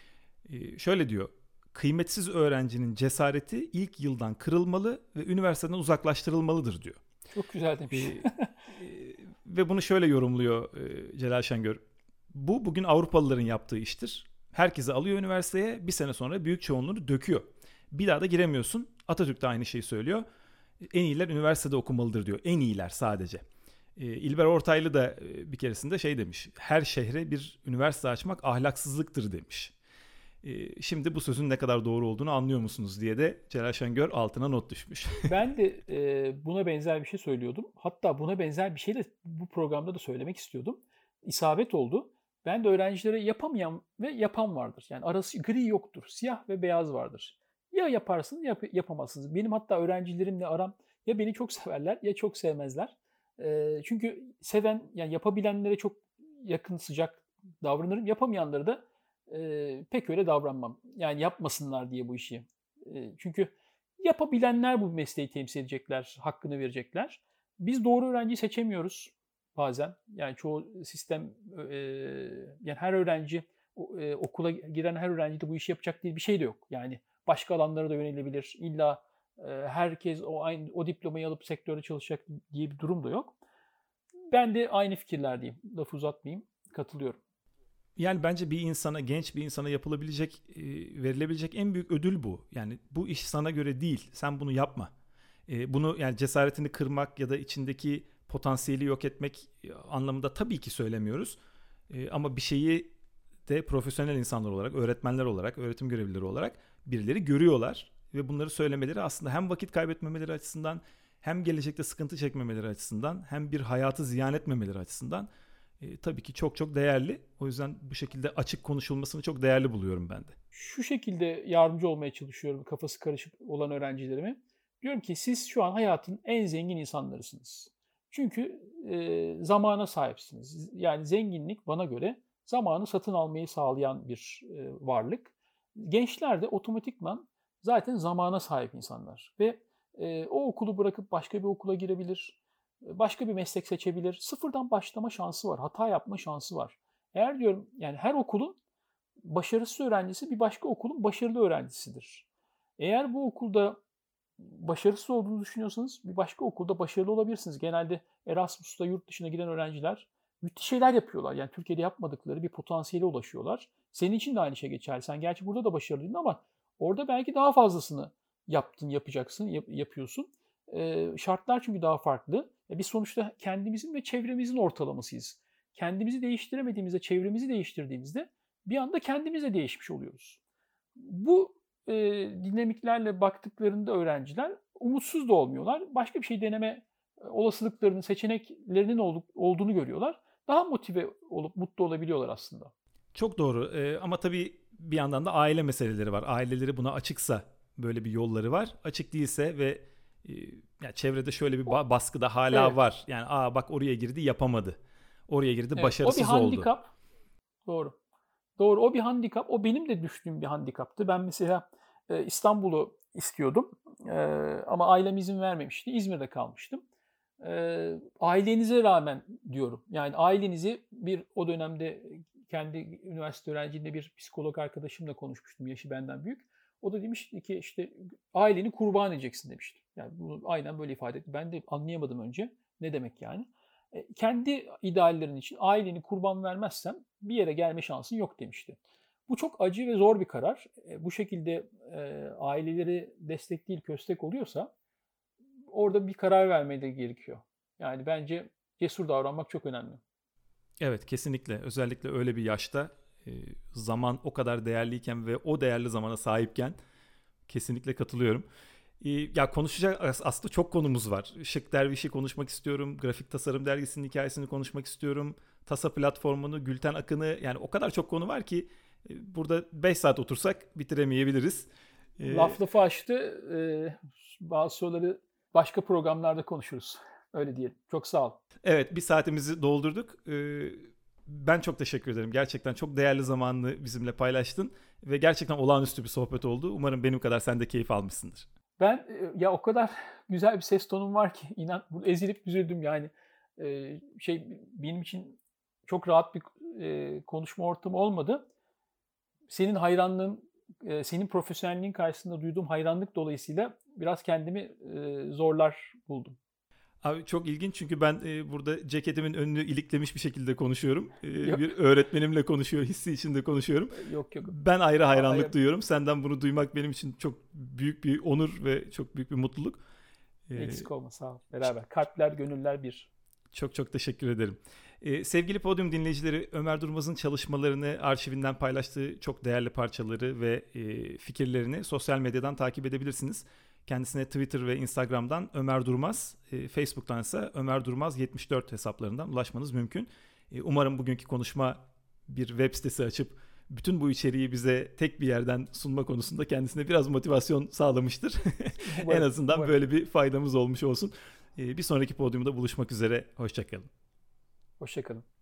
E, şöyle diyor. Kıymetsiz öğrencinin cesareti ilk yıldan kırılmalı ve üniversiteden uzaklaştırılmalıdır diyor. Çok güzel demiş. E, e, ve bunu şöyle yorumluyor e, Celal Şengör. Bu bugün Avrupalıların yaptığı iştir. Herkesi alıyor üniversiteye, bir sene sonra büyük çoğunluğunu döküyor. Bir daha da giremiyorsun. Atatürk de aynı şeyi söylüyor. En iyiler üniversitede okumalıdır diyor. En iyiler sadece. E, İlber Ortaylı da e, bir keresinde şey demiş. Her şehre bir üniversite açmak ahlaksızlıktır demiş. E, şimdi bu sözün ne kadar doğru olduğunu anlıyor musunuz diye de Celal Şengör altına not düşmüş. Ben de e, buna benzer bir şey söylüyordum. Hatta buna benzer bir şey de bu programda da söylemek istiyordum. İsabet oldu. Ben de öğrencilere yapamayan ve yapan vardır. Yani arası gri yoktur. Siyah ve beyaz vardır. Ya yaparsınız ya yapamazsınız. Benim hatta öğrencilerimle aram ya beni çok severler ya çok sevmezler. E, çünkü seven, yani yapabilenlere çok yakın, sıcak davranırım. Yapamayanları da e, pek öyle davranmam. Yani yapmasınlar diye bu işi. E, çünkü yapabilenler bu mesleği temsil edecekler, hakkını verecekler. Biz doğru öğrenciyi seçemiyoruz bazen. Yani çoğu sistem, e, yani her öğrenci, e, okula giren her öğrenci de bu işi yapacak diye bir şey de yok. Yani başka alanlara da yönelebilir. İlla e, herkes o aynı o diplomayı alıp sektörde çalışacak diye bir durum da yok. Ben de aynı fikirlerdeyim. Lafı uzatmayayım. Katılıyorum. Yani bence bir insana, genç bir insana yapılabilecek, verilebilecek en büyük ödül bu. Yani bu iş sana göre değil. Sen bunu yapma. Bunu yani cesaretini kırmak ya da içindeki potansiyeli yok etmek anlamında tabii ki söylemiyoruz. Ama bir şeyi de profesyonel insanlar olarak, öğretmenler olarak, öğretim görevlileri olarak birileri görüyorlar. Ve bunları söylemeleri aslında hem vakit kaybetmemeleri açısından, hem gelecekte sıkıntı çekmemeleri açısından, hem bir hayatı ziyan etmemeleri açısından e, tabii ki çok çok değerli. O yüzden bu şekilde açık konuşulmasını çok değerli buluyorum ben de. Şu şekilde yardımcı olmaya çalışıyorum kafası karışık olan öğrencilerime. Diyorum ki siz şu an hayatın en zengin insanlarısınız. Çünkü e, zamana sahipsiniz. Yani zenginlik bana göre zamanı satın almayı sağlayan bir e, varlık. Gençler de otomatikman zaten zamana sahip insanlar. Ve e, o okulu bırakıp başka bir okula girebilir, başka bir meslek seçebilir. Sıfırdan başlama şansı var, hata yapma şansı var. Eğer diyorum yani her okulun başarısız öğrencisi bir başka okulun başarılı öğrencisidir. Eğer bu okulda başarısız olduğunu düşünüyorsanız bir başka okulda başarılı olabilirsiniz. Genelde Erasmus'ta yurt dışına giden öğrenciler müthiş şeyler yapıyorlar. Yani Türkiye'de yapmadıkları bir potansiyele ulaşıyorlar. Senin için de aynı şey geçerli. Sen gerçi burada da başarılıydın ama orada belki daha fazlasını yaptın, yapacaksın, yap, yapıyorsun. Ee, şartlar çünkü daha farklı. E biz sonuçta kendimizin ve çevremizin ortalamasıyız. Kendimizi değiştiremediğimizde, çevremizi değiştirdiğimizde bir anda kendimiz de değişmiş oluyoruz. Bu e, dinamiklerle baktıklarında öğrenciler umutsuz da olmuyorlar. Başka bir şey deneme olasılıklarının, seçeneklerinin ol, olduğunu görüyorlar. Daha motive olup mutlu olabiliyorlar aslında. Çok doğru ee, ama tabii bir yandan da aile meseleleri var. Aileleri buna açıksa böyle bir yolları var. Açık değilse ve e, yani çevrede şöyle bir ba- baskı da hala evet. var. Yani aa bak oraya girdi yapamadı. Oraya girdi evet, başarısız oldu. O bir handikap. Oldu. Doğru. Doğru o bir handikap. O benim de düştüğüm bir handikaptı. Ben mesela e, İstanbul'u istiyordum e, ama ailem izin vermemişti. İzmir'de kalmıştım. E, ailenize rağmen diyorum. Yani ailenizi bir o dönemde kendi üniversite öğrenciliğinde bir psikolog arkadaşımla konuşmuştum. Yaşı benden büyük. O da demişti ki işte aileni kurban edeceksin demişti. Yani bunu aynen böyle ifade etti. Ben de anlayamadım önce. Ne demek yani? Kendi ideallerin için aileni kurban vermezsen bir yere gelme şansın yok demişti. Bu çok acı ve zor bir karar. Bu şekilde e, aileleri destek değil köstek oluyorsa orada bir karar vermeyi de gerekiyor. Yani bence cesur davranmak çok önemli. Evet kesinlikle özellikle öyle bir yaşta e, zaman o kadar değerliyken ve o değerli zamana sahipken kesinlikle katılıyorum. Ya konuşacak aslında çok konumuz var. Işık Derviş'i konuşmak istiyorum. Grafik Tasarım Dergisi'nin hikayesini konuşmak istiyorum. Tasa platformunu, Gülten Akın'ı yani o kadar çok konu var ki burada beş saat otursak bitiremeyebiliriz. Laf lafı açtı. Ee, bazı soruları başka programlarda konuşuruz. Öyle diyelim. Çok sağ ol. Evet bir saatimizi doldurduk. Ee, ben çok teşekkür ederim. Gerçekten çok değerli zamanını bizimle paylaştın. Ve gerçekten olağanüstü bir sohbet oldu. Umarım benim kadar sen de keyif almışsındır. Ben ya o kadar güzel bir ses tonum var ki inan ezilip üzüldüm yani ee, şey benim için çok rahat bir e, konuşma ortamı olmadı. Senin hayranlığın, e, senin profesyonelliğin karşısında duyduğum hayranlık dolayısıyla biraz kendimi e, zorlar buldum. Abi çok ilginç çünkü ben e, burada ceketimin önünü iliklemiş bir şekilde konuşuyorum. E, bir öğretmenimle konuşuyor, hissi içinde konuşuyorum. Yok yok. Ben ayrı hayranlık Hayır. duyuyorum. Senden bunu duymak benim için çok büyük bir onur ve çok büyük bir mutluluk. E, Eksik olma sağ ol. Beraber. Kalpler, gönüller bir. Çok çok teşekkür ederim. Ee, sevgili Podium dinleyicileri, Ömer Durmaz'ın çalışmalarını, arşivinden paylaştığı çok değerli parçaları ve e, fikirlerini sosyal medyadan takip edebilirsiniz. Kendisine Twitter ve Instagram'dan Ömer Durmaz, e, Facebook'tan ise Ömer Durmaz yetmiş dört hesaplarından ulaşmanız mümkün. E, umarım bugünkü konuşma bir web sitesi açıp bütün bu içeriği bize tek bir yerden sunma konusunda kendisine biraz motivasyon sağlamıştır. En azından umarım. Böyle bir faydamız olmuş olsun. E, bir sonraki podyumda buluşmak üzere. Hoşça kalın. Hoşça kalın.